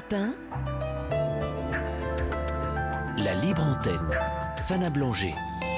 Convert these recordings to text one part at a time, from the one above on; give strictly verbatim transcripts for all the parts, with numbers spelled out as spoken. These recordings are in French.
Europe un, La libre antenne, Sana Blanger.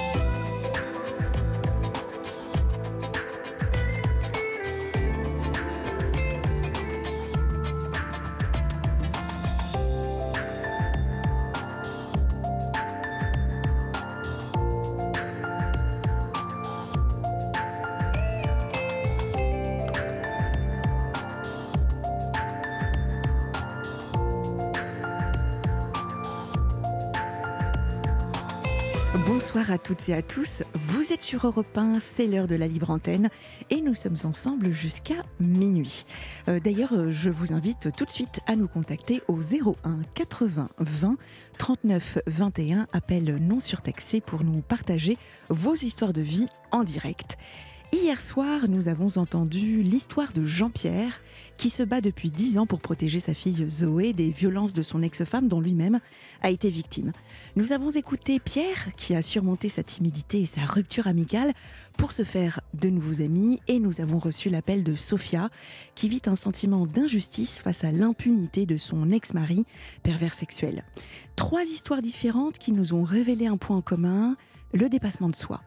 Bonsoir à toutes et à tous, vous êtes sur Europe un, c'est l'heure de la libre antenne et nous sommes ensemble jusqu'à minuit. Euh, d'ailleurs, je vous invite tout de suite à nous contacter au zéro un quatre-vingts vingt trente-neuf vingt et un, appel non surtaxé pour nous partager vos histoires de vie en direct. Hier soir, nous avons entendu l'histoire de Jean-Pierre qui se bat depuis dix ans pour protéger sa fille Zoé des violences de son ex-femme dont lui-même a été victime. Nous avons écouté Pierre qui a surmonté sa timidité et sa rupture amicale pour se faire de nouveaux amis, et nous avons reçu l'appel de Sophia qui vit un sentiment d'injustice face à l'impunité de son ex-mari pervers sexuel. Trois histoires différentes qui nous ont révélé un point commun, le dépassement de soi.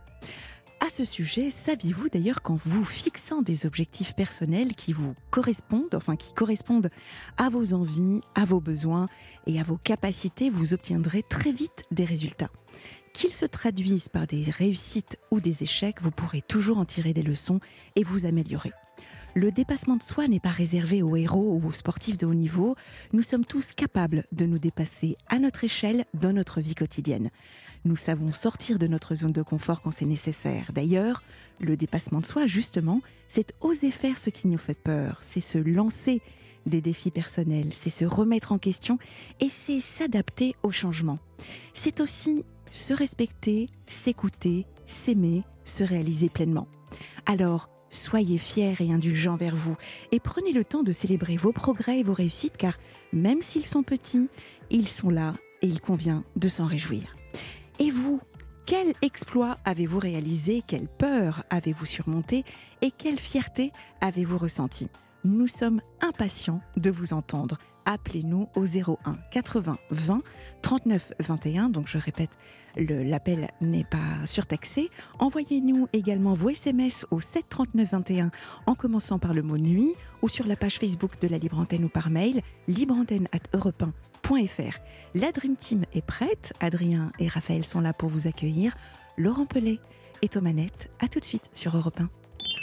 À ce sujet, saviez-vous d'ailleurs qu'en vous fixant des objectifs personnels qui vous correspondent, enfin qui correspondent à vos envies, à vos besoins et à vos capacités, vous obtiendrez très vite des résultats. Qu'ils se traduisent par des réussites ou des échecs, vous pourrez toujours en tirer des leçons et vous améliorer. Le dépassement de soi n'est pas réservé aux héros ou aux sportifs de haut niveau. Nous sommes tous capables de nous dépasser à notre échelle dans notre vie quotidienne. Nous savons sortir de notre zone de confort quand c'est nécessaire. D'ailleurs, le dépassement de soi, justement, c'est oser faire ce qui nous fait peur. C'est se lancer des défis personnels, c'est se remettre en question et c'est s'adapter au changement. C'est aussi se respecter, s'écouter, s'aimer, se réaliser pleinement. Alors, soyez fiers et indulgents vers vous et prenez le temps de célébrer vos progrès et vos réussites, car même s'ils sont petits, ils sont là et il convient de s'en réjouir. Et vous, quel exploit avez-vous réalisé, quelle peur avez-vous surmonté et quelle fierté avez-vous ressentie ? Nous sommes impatients de vous entendre. Appelez-nous au zéro un quatre-vingts vingt trente-neuf vingt et un. Donc je répète, le, l'appel n'est pas surtaxé. Envoyez-nous également vos S M S au sept trente-neuf vingt et un en commençant par le mot nuit ou sur la page Facebook de la Libre Antenne ou par mail libreantenne arobase europe un point f r. La Dream Team est prête. Adrien et Raphaël sont là pour vous accueillir. Laurent Pellet est aux manettes. À tout de suite sur Europe un.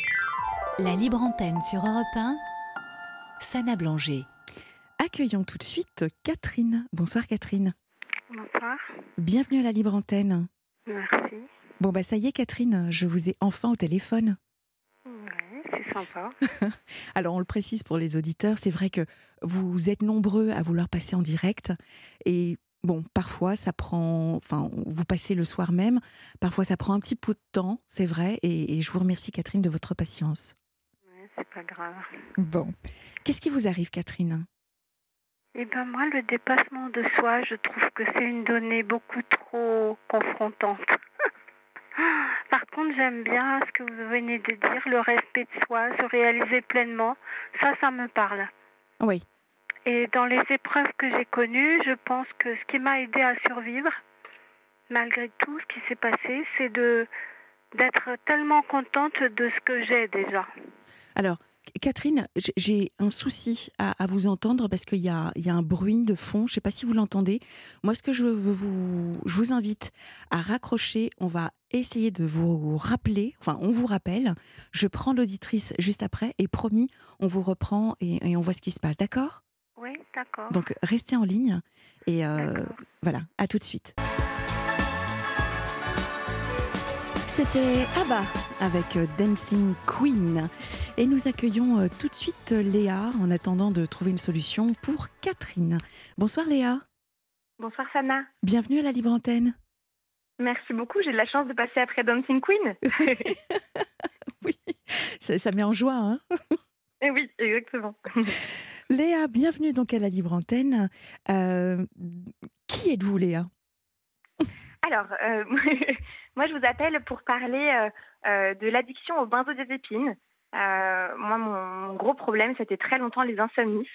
La libre antenne sur Europe un, Sana Blanger. Accueillons tout de suite Catherine. Bonsoir Catherine. Bonsoir. Bienvenue à la Libre Antenne. Merci. Bon bah ça y est Catherine, je vous ai enfin au téléphone. Oui, c'est sympa. Alors on le précise pour les auditeurs, c'est vrai que vous êtes nombreux à vouloir passer en direct et bon, parfois ça prend, enfin vous passez le soir même, parfois ça prend un petit peu de temps, c'est vrai, et, et je vous remercie Catherine de votre patience. Oui, c'est pas grave. Bon, qu'est-ce qui vous arrive Catherine ? Eh ben moi, le dépassement de soi, je trouve que c'est une donnée beaucoup trop confrontante. Par contre, j'aime bien ce que vous venez de dire, le respect de soi, se réaliser pleinement. Ça, ça me parle. Oui. Et dans les épreuves que j'ai connues, je pense que ce qui m'a aidée à survivre, malgré tout ce qui s'est passé, c'est de d'être tellement contente de ce que j'ai déjà. Alors, Catherine, j'ai un souci à, à vous entendre parce qu'il y a, il y a un bruit de fond. Je ne sais pas si vous l'entendez. Moi, ce que je veux vous, je vous invite à raccrocher. On va essayer de vous rappeler. Enfin, on vous rappelle. Je prends l'auditrice juste après et promis, on vous reprend et, et on voit ce qui se passe. D'accord ? Oui, d'accord. Donc, restez en ligne et euh, voilà. À tout de suite. C'était Abba avec Dancing Queen. Et nous accueillons tout de suite Léa en attendant de trouver une solution pour Catherine. Bonsoir Léa. Bonsoir Sana. Bienvenue à la Libre Antenne. Merci beaucoup, j'ai de la chance de passer après Dancing Queen. Oui, ça, ça met en joie. Hein. Et oui, exactement. Léa, bienvenue donc à la Libre Antenne. Euh, qui êtes-vous Léa ? Alors, euh, moi je vous appelle pour parler euh, euh, de l'addiction aux benzodiazépines. Euh, moi, mon, mon gros problème, c'était très longtemps les insomnies.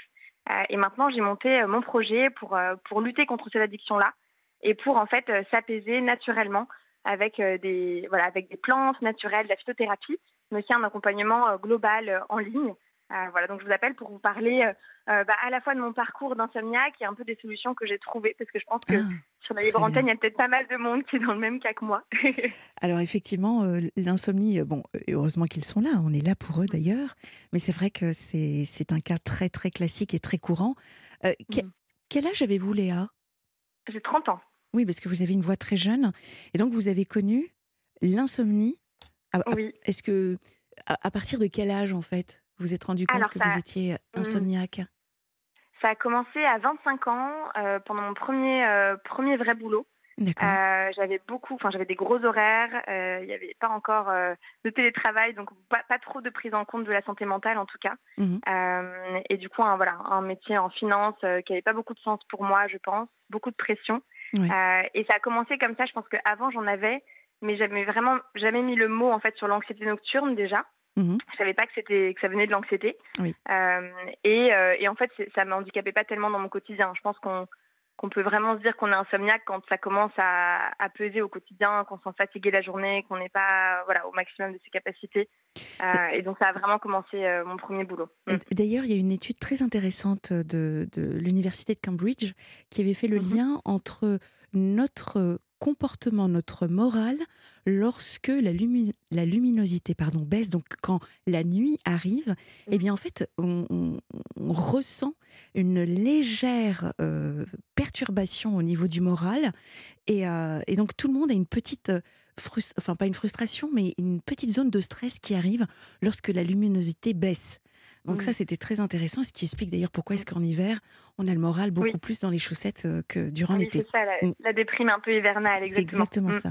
Euh, et maintenant, j'ai monté euh, mon projet pour, euh, pour lutter contre cette addiction-là et pour en fait euh, s'apaiser naturellement avec, euh, des, voilà, avec des plantes naturelles, de la phytothérapie, mais aussi un accompagnement euh, global euh, en ligne. Euh, voilà, donc je vous appelle pour vous parler euh, euh, bah, à la fois de mon parcours d'insomniaque et un peu des solutions que j'ai trouvées, parce que je pense que Ah, sur la libre très antenne, bien. il y a peut-être pas mal de monde qui est dans le même cas que moi. Alors effectivement, euh, l'insomnie, euh, bon, euh, heureusement qu'ils sont là, on est là pour eux d'ailleurs, mais c'est vrai que c'est c'est un cas très très classique et très courant. Euh, que- Mm. Quel âge avez-vous, Léa? J'ai trente ans. Oui, parce que vous avez une voix très jeune, et donc vous avez connu l'insomnie. à- à- Oui. Est-ce que, à, à partir de quel âge en fait, vous vous êtes rendu compte Alors, que vous ça, étiez mm, insomniaque? ça a commencé à vingt-cinq ans, euh, pendant mon premier, euh, premier vrai boulot. D'accord. Euh, j'avais beaucoup, enfin j'avais des gros horaires, euh, il n'y avait pas encore euh, de télétravail, donc pas, pas trop de prise en compte de la santé mentale en tout cas. Mhm. Euh, et du coup, un, voilà, un métier en finance euh, qui n'avait pas beaucoup de sens pour moi, je pense, beaucoup de pression. Ouais. Euh, et ça a commencé comme ça, je pense qu'avant j'en avais, mais j'avais vraiment jamais mis le mot en fait sur l'anxiété nocturne déjà. Mhm. Je savais pas que c'était que ça venait de l'anxiété. Oui. Euh, et, euh, et en fait, c'est- ça m'handicapait pas tellement dans mon quotidien. Je pense qu'on qu'on peut vraiment se dire qu'on est insomniaque quand ça commence à, à peser au quotidien, qu'on se sent fatigué la journée, qu'on n'est pas voilà au maximum de ses capacités. Euh, et donc ça a vraiment commencé euh, mon premier boulot. Mm. D'ailleurs, il y a une étude très intéressante de, de l'université de Cambridge qui avait fait le Mhm. lien entre notre comportement, notre morale, lorsque la, lumi- la luminosité pardon, baisse, donc quand la nuit arrive, eh bien en fait, on, on- on ressent une légère euh, perturbation au niveau du moral, et, euh, et donc tout le monde a une petite, euh, frus- enfin pas une frustration, mais une petite zone de stress qui arrive lorsque la luminosité baisse. Donc ça, Mm. c'était très intéressant, ce qui explique d'ailleurs pourquoi est-ce qu'en hiver, on a le moral Oui, beaucoup plus dans les chaussettes euh, que durant oui, l'été. c'est ça, la, Mm, la déprime un peu hivernale, c'est exactement. exactement Mm. ça.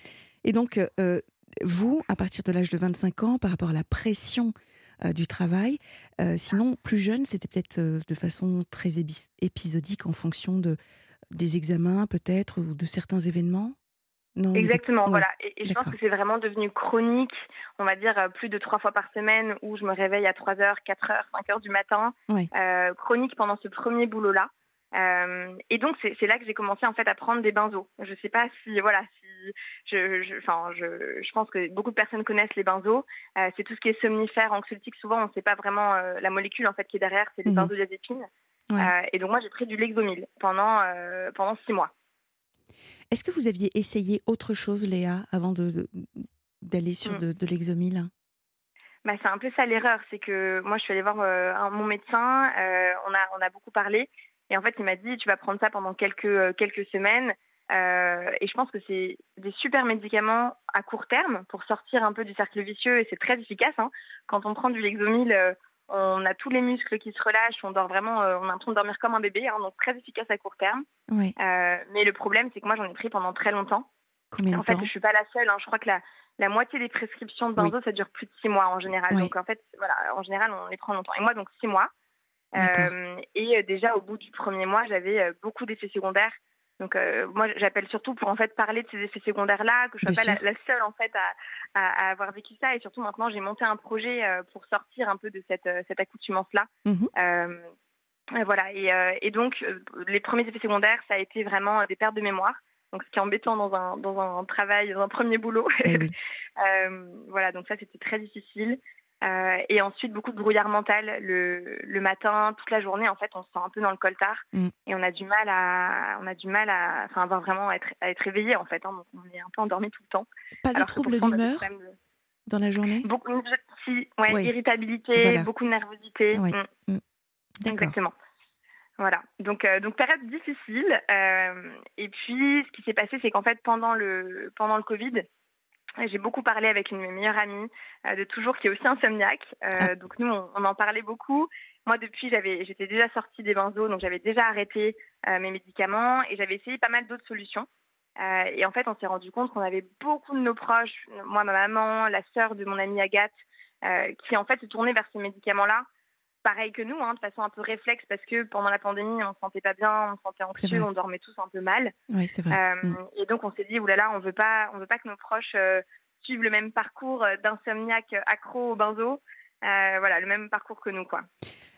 Et donc, euh, euh, vous, à partir de l'âge de vingt-cinq ans, par rapport à la pression euh, du travail, euh, sinon, plus jeune, c'était peut-être euh, de façon très ébi- épisodique en fonction de, des examens, peut-être, ou de certains événements? Non, il y avait... Exactement, Oui, voilà. Et, et je pense d'accord. que c'est vraiment devenu chronique, on va dire euh, plus de trois fois par semaine, où je me réveille à trois heures, quatre heures, cinq heures du matin, Ouais. euh, chronique pendant ce premier boulot-là. Euh, et donc c'est, c'est là que j'ai commencé en fait à prendre des benzos. Je sais pas si voilà si je, je, enfin je, je pense que beaucoup de personnes connaissent les benzos. Euh, c'est tout ce qui est somnifère, anxiolytique. Souvent on ne sait pas vraiment euh, la molécule en fait qui est derrière. C'est les Mhm. benzodiazépines. Ouais. Euh, et donc moi j'ai pris du Lexomil pendant euh, pendant six mois. Est-ce que vous aviez essayé autre chose, Léa, avant de, de- d'aller sur Mm. de, de l'exomil? Bah, c'est un peu ça l'erreur, c'est que moi je suis allée voir euh, un- mon médecin, euh, on a on a beaucoup parlé et en fait il m'a dit tu vas prendre ça pendant quelques euh, quelques semaines. Euh, et je pense que c'est des super médicaments à court terme pour sortir un peu du cercle vicieux et c'est très efficace, hein. Quand on prend du Lexomil, euh, on a tous les muscles qui se relâchent, on dort vraiment, euh, on a l'impression de dormir comme un bébé, hein, donc très efficace à court terme. Ouais. Euh, mais le problème c'est que moi j'en ai pris pendant très longtemps. Combien Et de en fait, je temps? suis pas la seule, hein. Je crois que la, la moitié des prescriptions de Oui. benzo, ça dure plus de six mois en général. Ouais. Donc en fait, voilà, en général, on les prend longtemps. Et moi, donc six mois. D'accord. Euh, et euh, déjà, au bout du premier mois, j'avais euh, beaucoup d'effets secondaires. Donc euh, moi, j'appelle surtout pour en fait parler de ces effets secondaires-là, que je Bien sois pas sûr. la, la seule en fait à, à, à avoir vécu ça. Et surtout maintenant, j'ai monté un projet euh, pour sortir un peu de cette, euh, cette accoutumance-là. Mhm. Euh, et voilà. Et, euh, et donc, euh, les premiers effets secondaires, ça a été vraiment euh, des pertes de mémoire. Donc, ce qui est embêtant dans un, dans un travail, dans un premier boulot. Eh oui. Euh, voilà, donc ça, c'était très difficile. Euh, et ensuite, beaucoup de brouillard mental le, le matin, toute la journée. En fait, on se sent un peu dans le coltard Mm. et on a du mal à, on a du mal à, enfin, avoir vraiment à être, à être éveillé en fait. Hein, donc, on est un peu endormi tout le temps. Pas de Alors que troubles pourtant, on a des d'humeur problèmes de dans la journée? beaucoup de si, ouais, Oui. irritabilité, Voilà. beaucoup de nervosité. Oui. Mm, Mm. D'accord. exactement. Voilà, donc euh, donc période difficile. Euh, et puis ce qui s'est passé, c'est qu'en fait pendant le pendant le Covid, j'ai beaucoup parlé avec une de mes meilleures amies euh, de toujours qui est aussi insomniaque. Ah, Euh, donc nous on, on en parlait beaucoup. Moi depuis j'avais j'étais déjà sortie des benzos, donc j'avais déjà arrêté euh, mes médicaments et j'avais essayé pas mal d'autres solutions. Euh, et en fait on s'est rendu compte qu'on avait beaucoup de nos proches, moi ma maman, la sœur de mon amie Agathe, euh, qui en fait se tournaient vers ces médicaments-là pareil que nous, hein, de façon un peu réflexe, parce que pendant la pandémie, on se sentait pas bien, on se sentait c'est anxieux, vrai. on dormait tous un peu mal. Oui, c'est vrai. Euh, Mm. et donc, on s'est dit, oulala, on veut pas, on veut pas que nos proches euh, suivent le même parcours euh, d'insomniaque accro au benzo, euh, voilà, le même parcours que nous, quoi.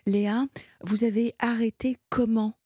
Léa, vous avez arrêté comment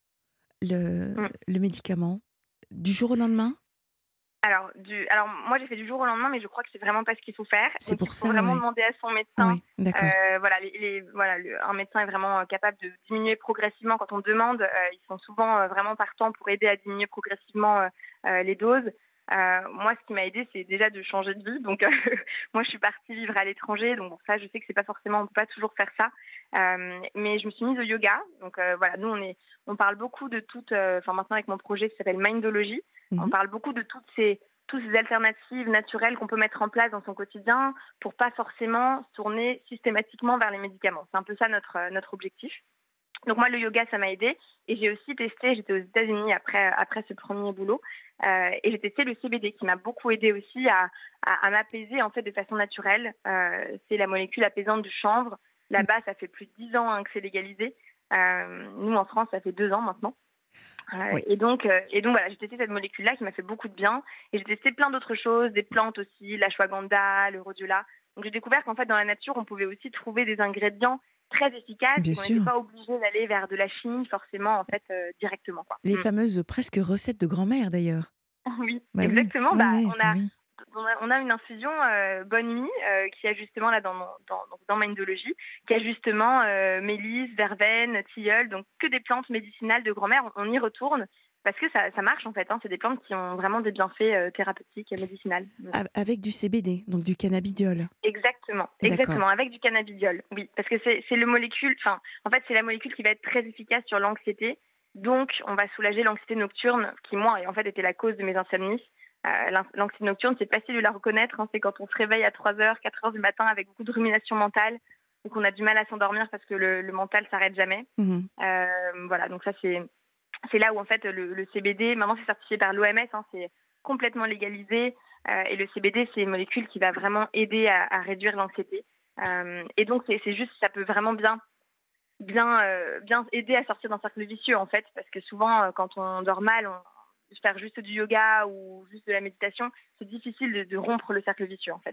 le, Mm. le médicament? Du jour au lendemain? Alors, du, alors, moi, j'ai fait du jour au lendemain, mais je crois que c'est vraiment pas ce qu'il faut faire. C'est Donc, pour il faut ça, vraiment ouais. demander à son médecin. Oui, d'accord. Euh, voilà, les, les- voilà le- un médecin est vraiment euh, capable de diminuer progressivement quand on demande. Euh, ils sont souvent euh, vraiment partants pour aider à diminuer progressivement euh, euh, les doses. Euh, moi, ce qui m'a aidé, c'est déjà de changer de vie. Donc, euh, moi, je suis partie vivre à l'étranger. Donc, bon, ça, je sais que c'est pas forcément, on peut pas toujours faire ça. Euh, mais je me suis mise au yoga. Donc, euh, voilà, nous, on est, on parle beaucoup de toutes. euh, Enfin, maintenant, avec mon projet qui s'appelle Mindology, on Mhm. parle beaucoup de toutes ces toutes ces alternatives naturelles qu'on peut mettre en place dans son quotidien pour pas forcément se tourner systématiquement vers les médicaments. C'est un peu ça notre, euh, notre objectif. Donc moi, le yoga, ça m'a aidé. Et j'ai aussi testé, j'étais aux États-Unis après, après ce premier boulot, euh, et j'ai testé le C B D qui m'a beaucoup aidé aussi à, à, à m'apaiser en fait de façon naturelle. Euh, c'est la molécule apaisante du chanvre. Là-bas, ça fait plus de dix ans hein, que c'est légalisé. Euh, nous, en France, ça fait deux ans maintenant. Euh, Oui. et donc, euh, et donc voilà, j'ai testé cette molécule-là qui m'a fait beaucoup de bien. Et j'ai testé plein d'autres choses, des plantes aussi, l'ashwagandha, le rhodiola. Donc j'ai découvert qu'en fait dans la nature, on pouvait aussi trouver des ingrédients très efficaces Bien et qu'on n'était sûr. pas obligé d'aller vers de la chimie forcément en fait euh, directement quoi. Les Mm. fameuses presque recettes de grand-mère, d'ailleurs. Oui, Bah oui, exactement. oui, Bah oui, on bah a oui. on a, on a une infusion euh, Bonne Mie euh, qui a justement là dans mon- dans donc dans Mindology, qui a justement euh, mélisse, verveine, tilleul, donc que des plantes médicinales de grand-mère. On, on y retourne parce que ça, ça marche en fait. Hein. C'est des plantes qui ont vraiment des bienfaits euh, thérapeutiques et médicinales. Mm. A- Avec du C B D, donc du cannabidiol. Exactement, D'accord. exactement, avec du cannabidiol. Oui, parce que c'est c'est le molécule. Enfin, en fait, c'est la molécule qui va être très efficace sur l'anxiété. Donc, on va soulager l'anxiété nocturne, qui moi, en fait, était la cause de mes insomnies. Euh, l'an- L'anxiété nocturne, c'est facile de la reconnaître. Hein, c'est quand on se réveille à trois heures, quatre heures du matin avec beaucoup de rumination mentale, ou qu'on a du mal à s'endormir parce que le, le mental s'arrête jamais. Mhm. Euh, voilà, donc ça, c'est c'est là où en fait le, le C B D, maintenant c'est certifié par l'O M S, hein, c'est complètement légalisé. Euh, et le C B D, c'est une molécule qui va vraiment aider à, à réduire l'anxiété. Euh, et donc c'est c'est juste, ça peut vraiment bien bien euh, bien aider à sortir d'un cercle vicieux en fait, parce que souvent euh, quand on dort mal, on faire juste du yoga ou juste de la méditation, c'est difficile de, de rompre le cercle vicieux en fait.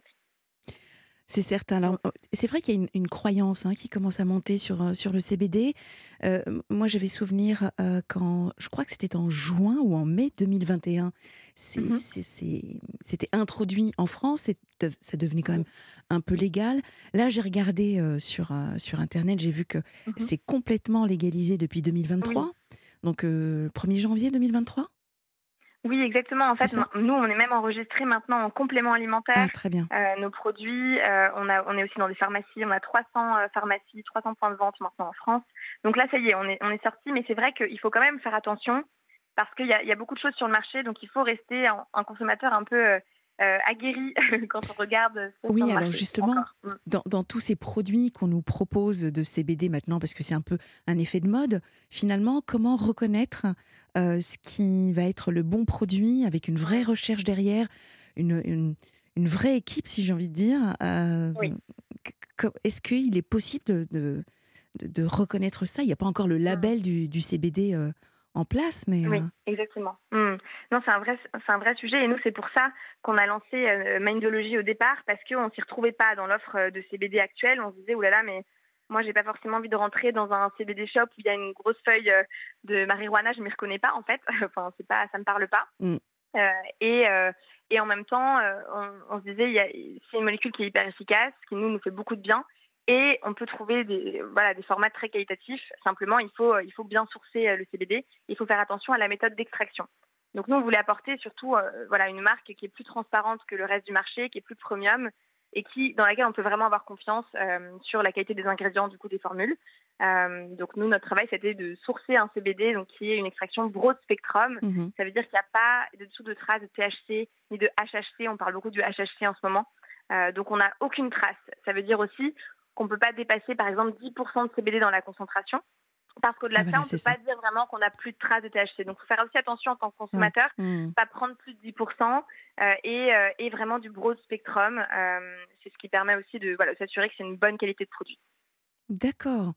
C'est certain. Alors, euh, c'est vrai qu'il y a une, une croyance hein, qui commence à monter sur, euh, sur le C B D. Euh, m- moi, j'avais souvenir euh, quand, je crois que c'était en juin ou en mai deux mille vingt et un, c'est- Mhm. c'est- c'est- c'était introduit en France et de- ça devenait quand Oui. même un peu légal. Là, j'ai regardé euh, sur, euh, sur Internet, j'ai vu que Mhm. c'est complètement légalisé depuis Oui. deux mille vingt-trois. Donc, euh, premier janvier deux mille vingt-trois, Oui, exactement. En c'est fait, ça? nous, on est même enregistré maintenant en complément alimentaire. Ah, très bien. Euh, nos produits, euh, on, a, on est aussi dans des pharmacies. On a trois cents euh, pharmacies, trois cents points de vente maintenant en France. Donc là, ça y est, on est, on est sorti. Mais c'est vrai qu'il faut quand même faire attention parce qu'il y a, il y a beaucoup de choses sur le marché. Donc il faut rester un, un consommateur un peu euh, euh, aguerri quand on regarde ce qui est sur Oui, le alors marché. justement, Encore. Mm. dans, dans tous ces produits qu'on nous propose de C B D maintenant, parce que c'est un peu un effet de mode, finalement, comment reconnaître euh, ce qui va être le bon produit avec une vraie recherche derrière, une, une, une vraie équipe, si j'ai envie de dire. euh, Oui. que- que- Est-ce qu'il est possible de, de, de- de reconnaître ça? Il n'y a pas encore le label du, du C B D euh, en place, mais... Oui, euh, exactement. Mm. Non, c'est un vrai, c'est un vrai sujet. Et nous, c'est pour ça qu'on a lancé euh, Mindology au départ, parce qu'on s'y retrouvait pas dans l'offre euh, de C B D actuelle. On se disait, oulala, mais moi, j'ai pas forcément envie de rentrer dans un C B D shop où il y a une grosse feuille euh, de marijuana. Je m'y reconnais pas, en fait. Enfin, c'est pas, ça me parle pas. Mm. Euh, et, euh, et en même temps, euh, on, on se disait, il y a, c'est une molécule qui est hyper efficace, qui nous, nous fait beaucoup de bien. Et on peut trouver des, voilà, des formats très qualitatifs. Simplement, il faut, il faut bien sourcer euh, le C B D. Il faut faire attention à la méthode d'extraction. Donc nous, on voulait apporter surtout euh, voilà, une marque qui est plus transparente que le reste du marché, qui est plus premium et qui, dans laquelle on peut vraiment avoir confiance euh, sur la qualité des ingrédients, du coup, des formules. Euh, donc nous, notre travail, c'était de sourcer un C B D donc, qui est une extraction broad spectrum. Mhm. Ça veut dire qu'il n'y a pas de dessous de traces de T H C ni de H H C. On parle beaucoup du H H C en ce moment. Euh, donc on n'a aucune trace. Ça veut dire aussi qu'on ne peut pas dépasser par exemple dix pour cent de C B D dans la concentration. Parce qu'au-delà Ah, de voilà, ça, on ne c'est peut ça. pas dire vraiment qu'on n'a plus de traces de T H C. Donc il faut faire aussi attention en tant que consommateur, Mm. pas prendre plus de dix pour cent euh, et, euh, et vraiment du broad spectrum. Euh, c'est ce qui permet aussi de voilà, s'assurer que c'est une bonne qualité de produit. D'accord.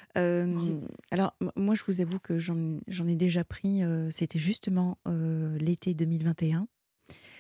Euh, alors, m- moi, je vous avoue que j'en j'en ai déjà pris, euh, c'était justement euh, l'été deux mille vingt et un. Mhm.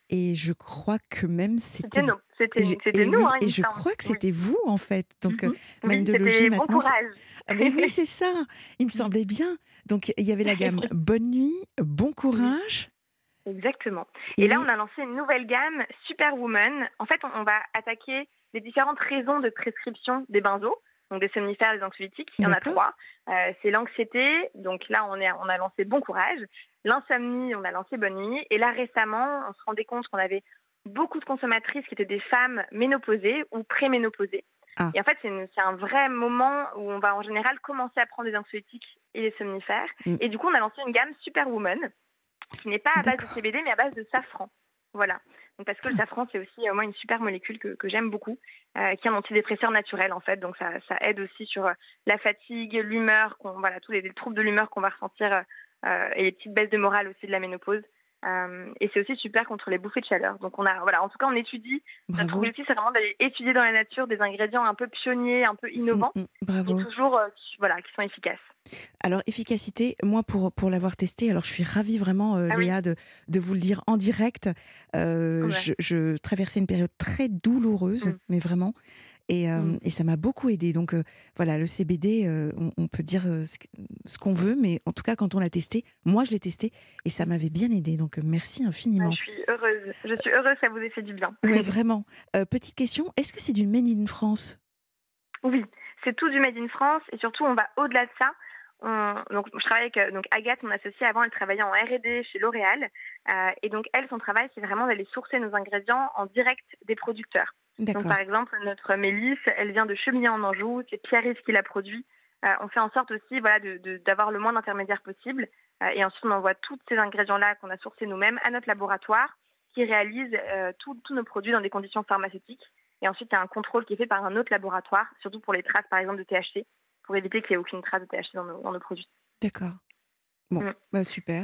Et je crois que même c'était C'était nous, c'était, et, c'était et nous, oui, hein, il et me je semble. crois que Oui. c'était vous en fait. Donc euh, Mhm. Oui, Mindologie c'était bon maintenant. c'est- courage. Ah, mais oui, c'est ça. Il me semblait bien. Donc il y avait la gamme Bonne nuit, Bon Oui, courage exactement. Et là, on et a lancé une nouvelle gamme, Superwoman. En fait, on, on va attaquer les différentes raisons de prescription des benzos, donc des somnifères, des anxiolytiques. Il y en a d'accord, trois. Euh, c'est l'anxiété, donc là, on, est, on a lancé Bon courage. L'insomnie, on a lancé Bonne nuit. Et là, récemment, on se rendait compte qu'on avait beaucoup de consommatrices qui étaient des femmes ménopausées ou préménopausées. ah Et en fait, c'est, une- c'est un vrai moment où on va en général commencer à prendre des anxiolytiques et des somnifères. mm, Et du coup, on a lancé une gamme Superwoman qui n'est pas à base de d'accord. C B D, mais à base de safran. Voilà. Donc, parce que le Ah, safran, c'est aussi euh, moi une super molécule que, que j'aime beaucoup, euh, qui est un antidépresseur naturel en fait. Donc, ça, ça aide aussi sur euh, la fatigue, l'humeur, qu'on, voilà, tous les, les troubles de l'humeur qu'on va ressentir euh, euh, et les petites baisses de morale aussi de la ménopause. Euh, et c'est aussi super contre les bouffées de chaleur. Donc, on a, voilà, en tout cas, on étudie. Notre bravo, objectif, c'est vraiment d'aller étudier dans la nature des ingrédients un peu pionniers, un peu mm, innovants, mm, et bravo. toujours, euh, qui- voilà, qui sont efficaces. Alors, efficacité, moi, pour, pour l'avoir testé, alors je suis ravie vraiment, euh, Ah oui. Léa, de, de vous le dire en direct. Euh, Ouais. je, je traversais une période très douloureuse, Mm. mais vraiment. Et, euh, Mm. et ça m'a beaucoup aidé. Donc, euh, voilà, le C B D, euh, on, on peut dire euh, ce, que- ce qu'on veut, mais en tout cas, quand on l'a testé, moi, je l'ai testé et ça m'avait bien aidé. Donc, euh, merci Ouais, infiniment. je suis heureuse. Je suis heureuse que ça vous ait fait du bien. Ouais, vraiment. Euh, petite question, est-ce que c'est du Made in France? Oui, c'est tout du Made in France et surtout on va au-delà de ça. On, donc je travaille avec euh, donc Agathe, mon associée avant, elle travaillait en R et D chez L'Oréal euh, et donc elle, son travail, c'est vraiment d'aller sourcer nos ingrédients en direct des producteurs. Donc D'accord. par exemple, notre mélisse, elle vient de Chemillé en Anjou, c'est Pierre-Yves qui la produit. Euh, on fait en sorte aussi voilà de, de, d'avoir le moins d'intermédiaires possible euh, et ensuite on envoie tous ces ingrédients-là qu'on a sourcés nous-mêmes à notre laboratoire qui réalise euh, tous tous nos produits dans des conditions pharmaceutiques. Et ensuite, il y a un contrôle qui est fait par un autre laboratoire, surtout pour les traces, par exemple, de T H C, pour éviter qu'il n'y ait aucune trace de T H C dans nos, dans nos produits. D'accord. Bon, Mm. bah, super.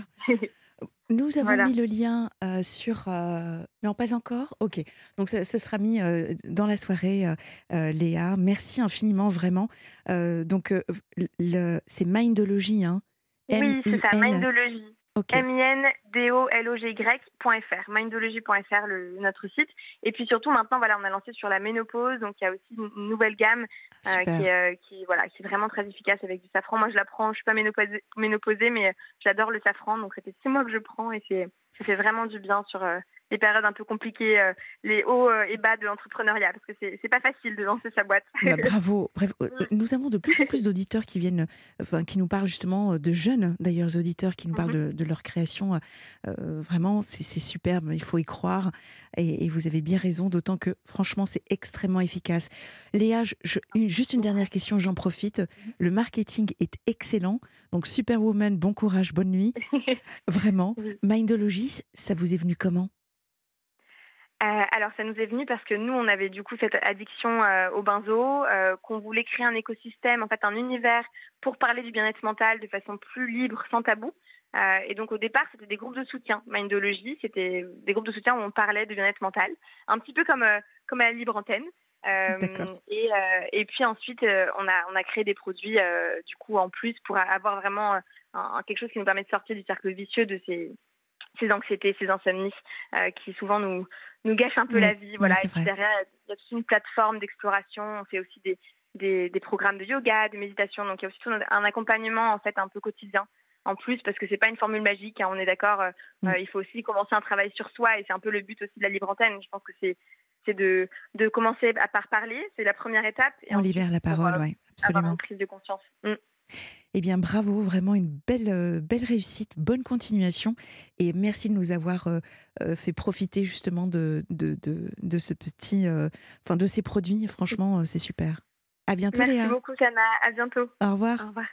Nous avons Voilà. mis le lien euh, sur... euh, Non, pas encore. Ok. Donc, ça, ce sera mis euh, dans la soirée, euh, euh, Léa. Merci infiniment, vraiment. Euh, donc, euh, le... c'est Mindology, hein. Oui, c'est ça, M-I-N. Mindology. Ok. M I N D O L O G Y point F R, mindology point F R, le, notre site. Et puis surtout, maintenant, voilà, on a lancé sur la ménopause, donc il y a aussi une nouvelle gamme euh, Super. qui, est, euh, qui, voilà, qui est vraiment très efficace avec du safran. Moi, je la prends, je suis pas ménopausée, ménopausée mais j'adore le safran, donc c'était six mois que je prends et c'est, ça fait vraiment du bien sur euh, les périodes un peu compliquées, euh, les hauts euh, et bas de l'entrepreneuriat, parce que c'est, c'est pas facile de lancer sa boîte. Bah, bravo. Bref, euh, nous avons de plus en plus d'auditeurs qui viennent, enfin, qui nous parlent justement euh, de jeunes, d'ailleurs, auditeurs qui nous parlent de, de leur création. Euh, vraiment, c'est, c'est superbe. Il faut y croire. Et, et vous avez bien raison, d'autant que, franchement, c'est extrêmement efficace. Léa, je, je- une- juste une dernière question, j'en profite. Le marketing est excellent. Donc, Superwoman, bon courage, bonne nuit. Vraiment. Oui. Mindology, ça vous est venu comment? Euh, alors ça nous est venu parce que nous on avait du coup cette addiction euh, au benzo, euh, qu'on voulait créer un écosystème, en fait un univers pour parler du bien-être mental de façon plus libre, sans tabou. Euh, et donc au départ c'était des groupes de soutien, Mindology, c'était des groupes de soutien où on parlait de bien-être mental, un petit peu comme euh, comme à la libre antenne. Euh, D'accord. et, euh, et puis ensuite euh, on a on a créé des produits euh, du coup en plus pour avoir vraiment euh, un, quelque chose qui nous permet de sortir du cercle vicieux de ces ces anxiétés, ces insomnies euh, qui souvent nous, nous gâchent un peu Oui, la vie. Voilà. oui, c'est Et puis vrai. derrière, il y a toute une plateforme d'exploration. On fait aussi des, des, des programmes de yoga, de méditation. Donc il y a aussi tout un accompagnement en fait un peu quotidien. En plus, parce que c'est pas une formule magique, hein, on est d'accord. Euh, Mm. euh, il faut aussi commencer un travail sur soi, et c'est un peu le but aussi de la libre antenne. Je pense que c'est c'est de, de commencer à par parler, c'est la première étape, et On ensuite libère la pour parole, euh, oui, avoir absolument. une prise de conscience. Mm. Eh bien, bravo, vraiment une belle, euh, belle réussite, bonne continuation. Et merci de nous avoir euh, euh, fait profiter justement de, de, de, de ce petit, euh, enfin de ces produits. Franchement, euh, c'est super. À bientôt, Merci Léa. beaucoup, Sana. À bientôt. Au Au revoir. revoir.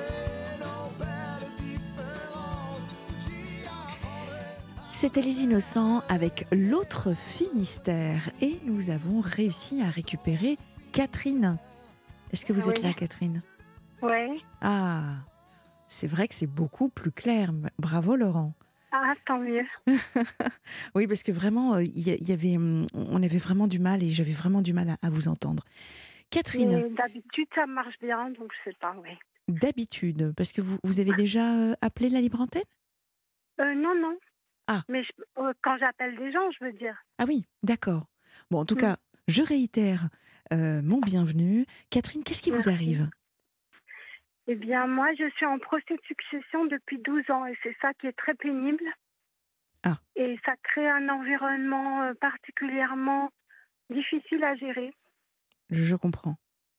C'était Les Innocents avec l'autre Finistère. Et nous avons réussi à récupérer Catherine. Est-ce que vous êtes Oui. là, Catherine? Oui. Ah, c'est vrai que c'est beaucoup plus clair. Bravo, Laurent. Ah, tant mieux. Oui, parce que vraiment, euh, il y, a- il y avait, hum, on avait vraiment du mal et j'avais vraiment du mal à, à vous entendre. Catherine, Mais d'habitude, ça marche bien, donc je sais pas, oui. d'habitude, parce que vous, vous avez déjà euh, appelé la libre antenne? Euh, non, non. Ah, Mais je- euh, quand j'appelle des gens, je veux dire. ah oui, d'accord. Bon, en tout Hmm, cas, je réitère euh, mon bienvenue. Catherine, qu'est-ce qui vous merci. arrive? Eh bien, moi, je suis en procès de succession depuis douze ans et c'est ça qui est très pénible. Ah, Et ça crée un environnement euh, particulièrement difficile à gérer. je comprends.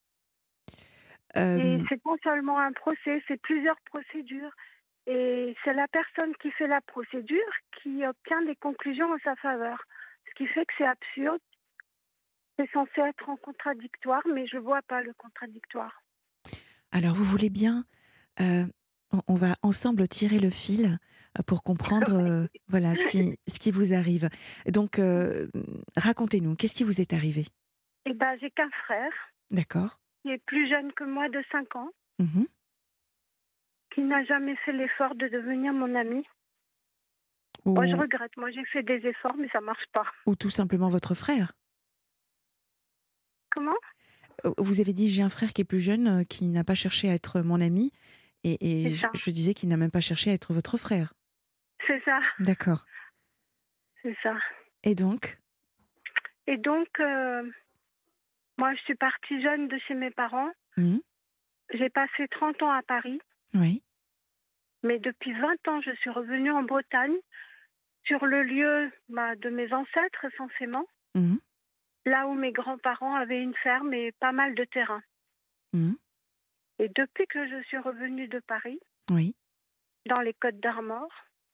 Et Euh, c'est pas seulement un procès, c'est plusieurs procédures. Et c'est la personne qui fait la procédure qui obtient des conclusions en sa faveur. Ce qui fait que c'est absurde. C'est censé être en contradictoire, mais je vois pas le contradictoire. alors, vous voulez bien, euh, on, on va ensemble tirer le fil euh, pour comprendre, euh, voilà, ce qui, ce qui vous arrive. Donc, euh, racontez-nous, qu'est-ce qui vous est arrivé? Et ben, j'ai qu'un frère D'accord. qui est plus jeune que moi de cinq ans, Mhm. qui n'a jamais fait l'effort de devenir mon ami. Moi, je Ou, regrette. Moi, j'ai fait des efforts, mais ça marche pas. ou tout simplement votre frère. Comment? Euh, Vous avez dit, j'ai un frère qui est plus jeune, euh, qui n'a pas cherché à être mon ami, et, et C'est je, ça. je disais qu'il n'a même pas cherché à être votre frère. C'est ça. D'accord. C'est ça. Et donc? Et donc, euh, moi, je suis partie jeune de chez mes parents. Mhm. J'ai passé trente ans à Paris, Oui. mais depuis vingt ans, je suis revenue en Bretagne, sur le lieu bah, de mes ancêtres essentiellement, Mhm. là où mes grands-parents avaient une ferme et pas mal de terrain. Mhm. Et depuis que je suis revenue de Paris, Oui. dans les Côtes d'Armor,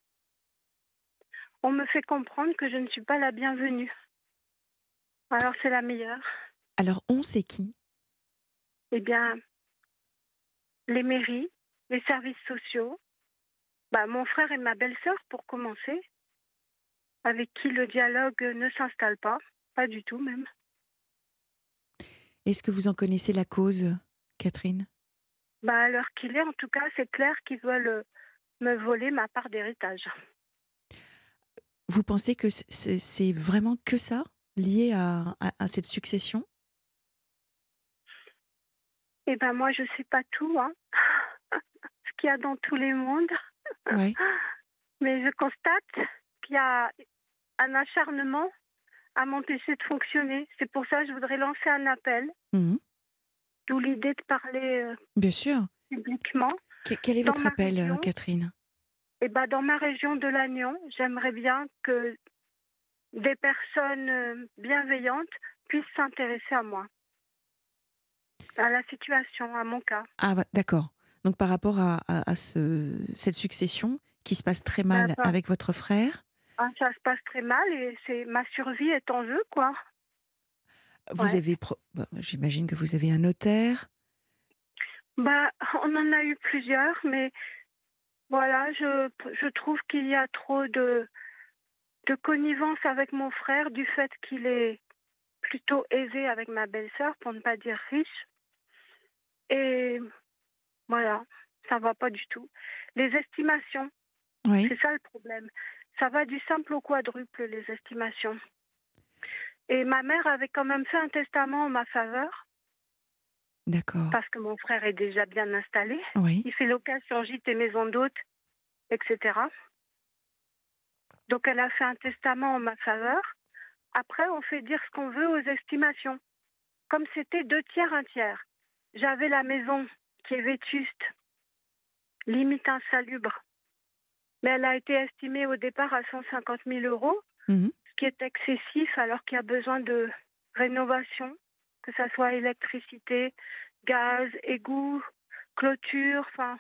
on me fait comprendre que je ne suis pas la bienvenue. Alors c'est la meilleure. Alors, on, c'est qui? Eh bien, les mairies, les services sociaux, bah, mon frère et ma belle-sœur pour commencer, avec qui le dialogue ne s'installe pas, pas du tout même. Est-ce que vous en connaissez la cause, Catherine? Bah, à l'heure qu'il est, en tout cas, c'est clair qu'ils veulent euh, me voler ma part d'héritage. Vous pensez que c- c'est c'est vraiment que ça, lié à, à- à cette succession? Eh ben moi, je sais pas tout, hein, ce qu'il y a dans tous les mondes, Ouais. mais je constate qu'il y a un acharnement à m'empêcher de fonctionner. C'est pour ça que je voudrais lancer un appel, Mhm. d'où l'idée de parler euh, Bien sûr. publiquement. Que- quel est Dans votre ma appel, euh, région, Catherine? eh ben dans ma région de Lannion, j'aimerais bien que des personnes euh, bienveillantes puissent s'intéresser à moi, à la situation, à mon cas. Ah, va- d'accord. Donc, par rapport à, à- à ce, cette succession qui se passe très Ben, mal ben, avec votre frère, ah, ça se passe très mal et c'est ma survie est en jeu, quoi. vous Ouais. avez, pro- bah, j'imagine que vous avez un notaire. Bah, on en a eu plusieurs, mais voilà, je, je trouve qu'il y a trop de, de connivence avec mon frère du fait qu'il est plutôt aisé avec ma belle-sœur, pour ne pas dire riche. Et voilà, ça va pas du tout. Les estimations, Oui. c'est ça le problème. Ça va du simple au quadruple, les estimations. Et ma mère avait quand même fait un testament en ma faveur, D'accord. parce que mon frère est déjà bien installé. Oui. Il fait location gîte et maison d'hôte, et cetera. Donc elle a fait un testament en ma faveur. Après, on fait dire ce qu'on veut aux estimations. Comme c'était deux tiers, un tiers. J'avais la maison qui est vétuste, limite insalubre. Mais elle a été estimée au départ à cent cinquante mille euros, Mhm. ce qui est excessif alors qu'il y a besoin de rénovation, que ce soit électricité, gaz, égout, clôture. Enfin,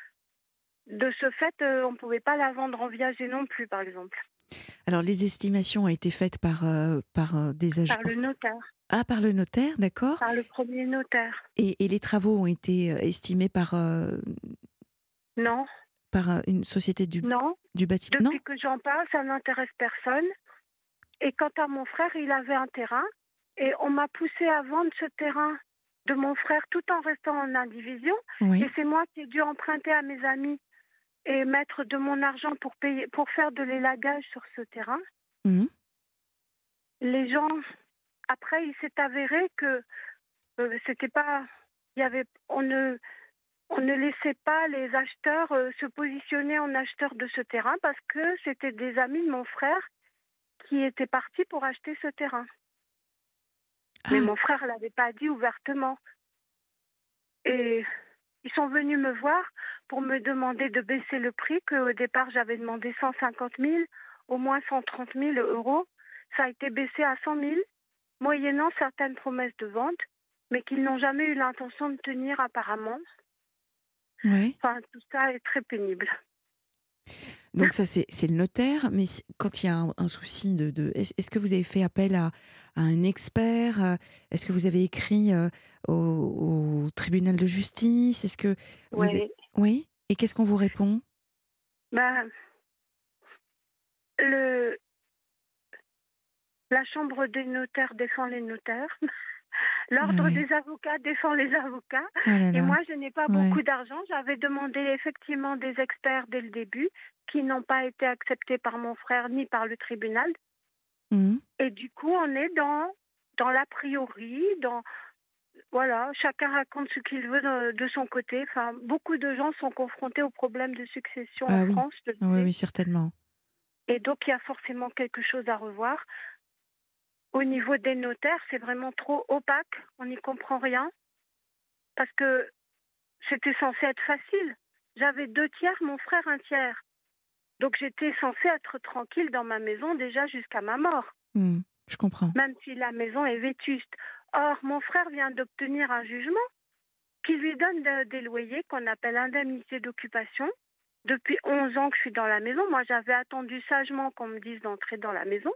de ce fait, euh, on ne pouvait pas la vendre en viager non plus, par exemple, Alors, les estimations ont été faites par, euh, par euh, des agents. par le notaire, Ah, par le notaire, d'accord. par le premier notaire. Et, et les travaux ont été euh, estimés par, euh, Non, par euh, une société du, non. du bâtiment? Non. Depuis que j'en parle, ça n'intéresse personne. Et quant à mon frère, il avait un terrain. Et on m'a poussé à vendre ce terrain de mon frère tout en restant en indivision. Oui. Et c'est moi qui ai dû emprunter à mes amis et mettre de mon argent pour payer, pour faire de l'élagage sur ce terrain. Mhm. Les gens, après, il s'est avéré que euh, c'était pas, il y avait, on ne, on ne laissait pas les acheteurs euh, se positionner en acheteurs de ce terrain parce que c'était des amis de mon frère qui étaient partis pour acheter ce terrain. Mais Ah, mon frère ne l'avait pas dit ouvertement. Et ils sont venus me voir pour me demander de baisser le prix, qu'au départ j'avais demandé cent cinquante mille, au moins cent trente mille euros. Ça a été baissé à cent mille, moyennant certaines promesses de vente, mais qu'ils n'ont jamais eu l'intention de tenir apparemment. ouais. Enfin, tout ça est très pénible. Donc ça, c'est c'est le notaire, mais si- quand il y a un, un souci de... de est-ce, est-ce que vous avez fait appel à, à un expert euh, Est-ce que vous avez écrit euh, au, au tribunal de justice Est-ce que vous êtes... Oui. Oui. Et qu'est-ce qu'on vous répond? Ben, le, la chambre des notaires défend les notaires. Ah L'ordre ouais. des avocats défend les avocats. Oh là Et là. moi, je n'ai pas Ouais. beaucoup d'argent. J'avais demandé effectivement des experts dès le début qui n'ont pas été acceptés par mon frère ni par le tribunal. Mhm. Et du coup, on est dans, dans l'a priori, dans... Voilà, chacun raconte ce qu'il veut de, de son côté. Enfin, beaucoup de gens sont confrontés aux problèmes de succession en Ah oui. France, je le Ah oui, sais. oui, certainement. Et donc, il y a forcément quelque chose à revoir. Au niveau des notaires, c'est vraiment trop opaque. On n'y comprend rien. Parce que c'était censé être facile. J'avais deux tiers, mon frère un tiers. Donc j'étais censée être tranquille dans ma maison déjà jusqu'à ma mort, Mhm. Je comprends. même si la maison est vétuste. Or, mon frère vient d'obtenir un jugement qui lui donne de- des loyers qu'on appelle indemnité d'occupation. Depuis onze ans que je suis dans la maison, moi j'avais attendu sagement qu'on me dise d'entrer dans la maison.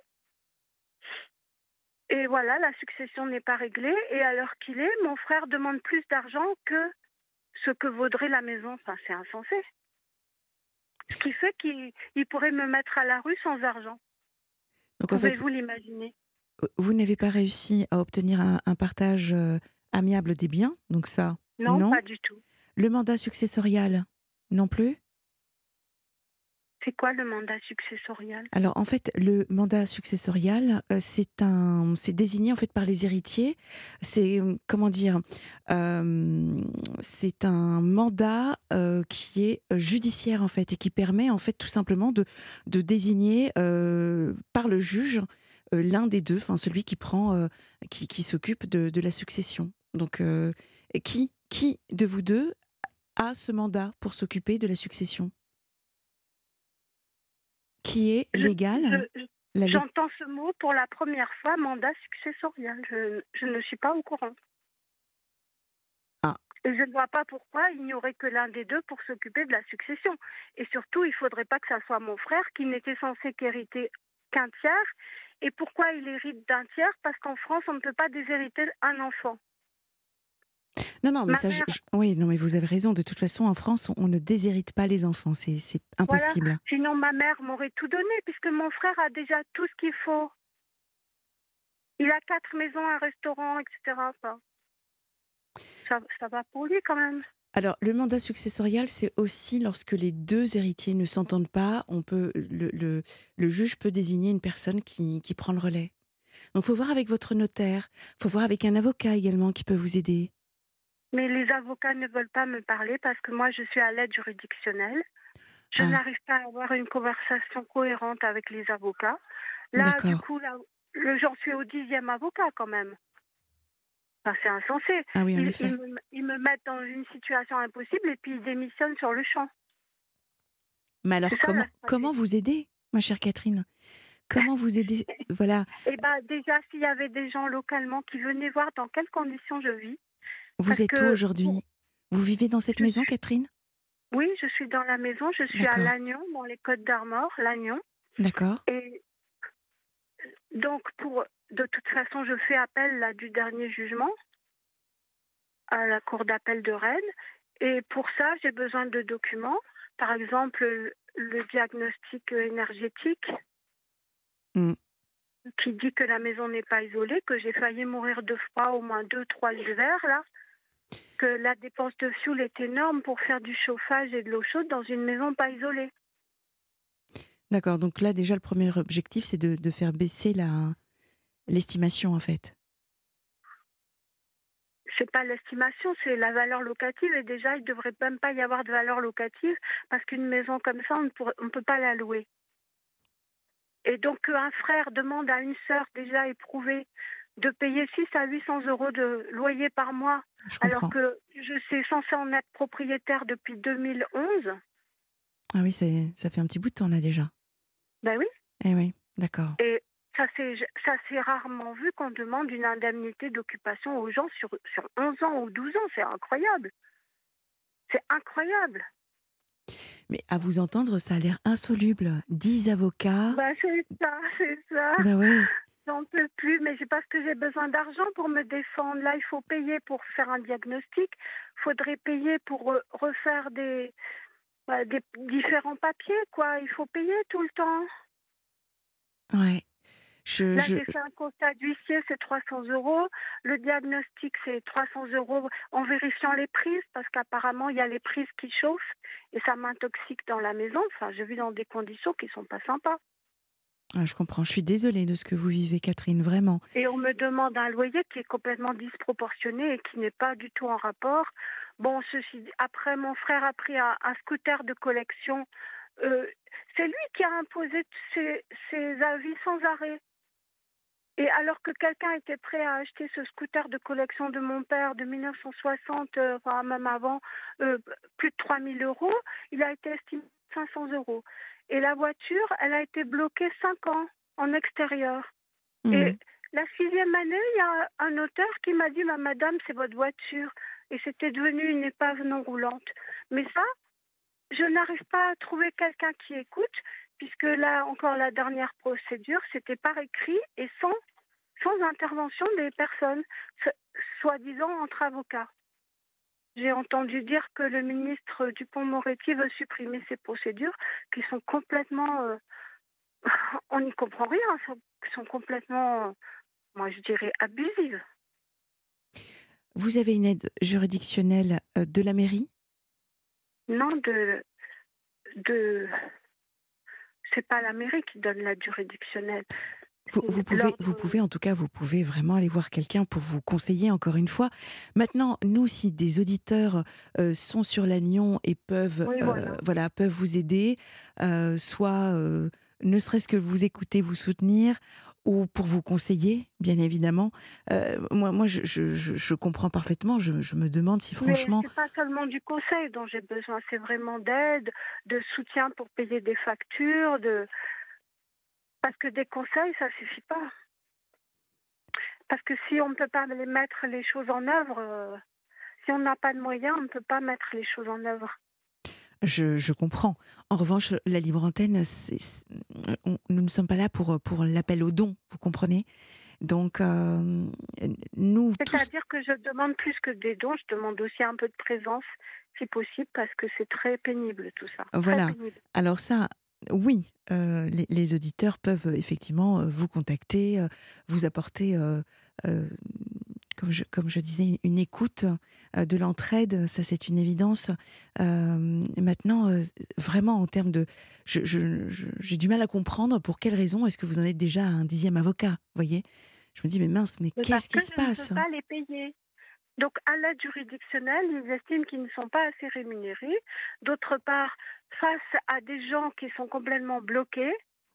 Et voilà, la succession n'est pas réglée. Et à l'heure qu'il est, mon frère demande plus d'argent que ce que vaudrait la maison. Enfin, c'est insensé. Ce qui fait qu'il il pourrait me mettre à la rue sans argent. Donc en fait, Pouvez-vous l'imaginer? vous, vous n'avez pas réussi à obtenir un, un partage euh, amiable des biens, donc ça, Non, non. pas du tout. Le mandat successorial, non plus. C'est quoi le mandat successorial? Alors en fait, le mandat successorial, euh, c'est un, c'est désigné en fait par les héritiers. C'est euh, comment dire, euh, c'est un mandat euh, qui est euh, judiciaire en fait et qui permet en fait tout simplement de de désigner euh, par le juge euh, l'un des deux, enfin celui qui prend, euh, qui qui s'occupe de, de la succession. Donc euh, qui qui de vous deux a ce mandat pour s'occuper de la succession? Qui est Je, légal? je- La lé- J'entends ce mot pour la première fois, mandat successorial. Je, je ne suis pas au courant. Ah. Et je ne vois pas pourquoi il n'y aurait que l'un des deux pour s'occuper de la succession. Et surtout, il ne faudrait pas que ça soit mon frère qui n'était censé qu'hériter qu'un tiers. Et pourquoi il hérite d'un tiers? Parce qu'en France, on ne peut pas déshériter un enfant. Non, non, mais Ma ça, je- mère, je- oui, non, mais vous avez raison. De toute façon, en France, on, on ne déshérite pas les enfants. C'est, c'est voilà. impossible. Sinon, ma mère m'aurait tout donné, puisque mon frère a déjà tout ce qu'il faut. Il a quatre maisons, un restaurant, et cetera. Enfin, ça, ça va pour lui quand même. Alors, le mandat successorial, c'est aussi lorsque les deux héritiers ne s'entendent pas, on peut, le, le, le juge peut désigner une personne qui, qui prend le relais. Donc, il faut voir avec votre notaire. Il faut voir avec un avocat également qui peut vous aider. Mais les avocats ne veulent pas me parler parce que moi, je suis à l'aide juridictionnelle. Je Ah, n'arrive pas à avoir une conversation cohérente avec les avocats. Là, du d'accord. coup, là, le- j'en suis au dixième avocat quand même. Enfin, c'est insensé. Ah oui, en Ils, effet. ils me, ils me mettent dans une situation impossible et puis ils démissionnent sur le champ. Mais alors, C'est ça comment, la comment stratégie. vous aider, ma chère Catherine? Comment vous aider? Voilà. Et bien, déjà, s'il y avait des gens localement qui venaient voir dans quelles conditions je vis, Vous parce êtes où que aujourd'hui? Vous vivez dans cette je maison, suis, Catherine? oui, je suis dans la maison, je suis à D'accord. Lannion, dans les Côtes d'Armor, Lannion. D'accord. Et donc, pour, de toute façon, je fais appel là, du dernier jugement à la cour d'appel de Rennes. Et pour ça, j'ai besoin de documents. Par exemple, le, le diagnostic énergétique Mm. qui dit que la maison n'est pas isolée, que j'ai failli mourir de froid au moins deux, trois hivers, là. Que la dépense de fioul est énorme pour faire du chauffage et de l'eau chaude dans une maison pas isolée. D'accord, donc là déjà le premier objectif c'est de, de faire baisser la l'estimation en fait. C'est pas l'estimation, c'est la valeur locative. Et déjà, il ne devrait même pas y avoir de valeur locative parce qu'une maison comme ça, on ne pourrait- on ne peut pas la louer. Et donc, qu'un frère demande à une sœur déjà éprouvée de payer six à huit cents euros de loyer par mois, Je alors comprends. que je suis censée en être propriétaire depuis deux mille onze, Ah oui, c'est, ça fait un petit bout de temps là déjà. ben oui. Eh oui, d'accord. Et ça s'est ça s'est rarement vu qu'on demande une indemnité d'occupation aux gens sur, sur onze ans ou douze ans. C'est incroyable. C'est incroyable. Mais à vous entendre, ça a l'air insoluble. Dix avocats. Ben c'est ça, c'est ça. Ben ouais. J'en peux plus, mais c'est parce que j'ai besoin d'argent pour me défendre. Là, il faut payer pour faire un diagnostic. Il faudrait payer pour euh, refaire des, bah, des différents papiers, quoi. Il faut payer tout le temps. Ouais. Je, Là, je, j'ai fait un constat d'huissier, c'est trois cents euros. Le diagnostic, c'est trois cents euros en vérifiant les prises, parce qu'apparemment, il y a les prises qui chauffent et ça m'intoxique dans la maison. Enfin, je vis dans des conditions qui sont pas sympas. ah, je comprends. Je suis désolée de ce que vous vivez, Catherine, vraiment. Et on me demande un loyer qui est complètement disproportionné et qui n'est pas du tout en rapport. Bon, ceci dit, après, mon frère a pris un, un scooter de collection. Euh, c'est lui qui a imposé ses, ses avis sans arrêt. Et alors que quelqu'un était prêt à acheter ce scooter de collection de mon père de mille neuf cent soixante, euh, enfin même avant, euh, plus de trois mille euros, il a été estimé à cinq cents euros. Et la voiture, elle a été bloquée cinq ans en extérieur. Et Mhm. la sixième année, il y a un notaire qui m'a dit, bah, madame, c'est votre voiture. Et c'était devenu une épave non roulante. Mais ça, je n'arrive pas à trouver quelqu'un qui écoute, puisque là, encore la dernière procédure, c'était par écrit et sans, sans intervention des personnes, so- soi-disant entre avocats. J'ai entendu dire que le ministre Dupond-Moretti veut supprimer ces procédures qui sont complètement... euh, on n'y comprend rien, sont, sont complètement, moi je dirais, abusives. Vous avez une aide juridictionnelle euh, de la mairie? Non, de... de c'est pas la mairie qui donne l'aide juridictionnelle. Vous, vous pouvez, vous L'ordre... pouvez, en tout cas, vous pouvez vraiment aller voir quelqu'un pour vous conseiller encore une fois. Maintenant, nous, si des auditeurs euh, sont sur l'Agnon et peuvent, Oui, euh, voilà. voilà, peuvent vous aider, euh, soit euh, ne serait-ce que vous écouter, vous soutenir, ou pour vous conseiller, bien évidemment. Euh, moi, moi, je, je, je, je comprends parfaitement. Je, je me demande si, Mais franchement, c'est pas seulement du conseil dont j'ai besoin, c'est vraiment d'aide, de soutien pour payer des factures, de... parce que des conseils, ça suffit pas. Parce que si on ne peut pas les mettre les choses en œuvre, euh, si on n'a pas de moyens, on ne peut pas mettre les choses en œuvre. Je, je comprends. En revanche, la libre antenne, c'est- c'est- on- nous ne sommes pas là pour, pour l'appel aux dons, vous comprenez? Donc, euh, nous tous, C'est-à-dire que je demande plus que des dons, je demande aussi un peu de présence, si possible, parce que c'est très pénible tout ça. Très voilà. pénible. Alors ça, oui, euh, les, les auditeurs peuvent euh, effectivement euh, vous contacter, euh, vous apporter, euh, euh, comme, je, comme je disais, une écoute, euh, de l'entraide, ça c'est une évidence. Euh, maintenant, euh, vraiment en termes de... je- je- je- J'ai du mal à comprendre pour quelle raison est-ce que vous en êtes déjà à un dixième avocat, voyez? Je me dis, mais mince, mais Mais parce qu'est-ce que qui se je ne peux passe? pas les payer. Donc, à l'aide juridictionnelle, ils estiment qu'ils ne sont pas assez rémunérés. D'autre part, face à des gens qui sont complètement bloqués,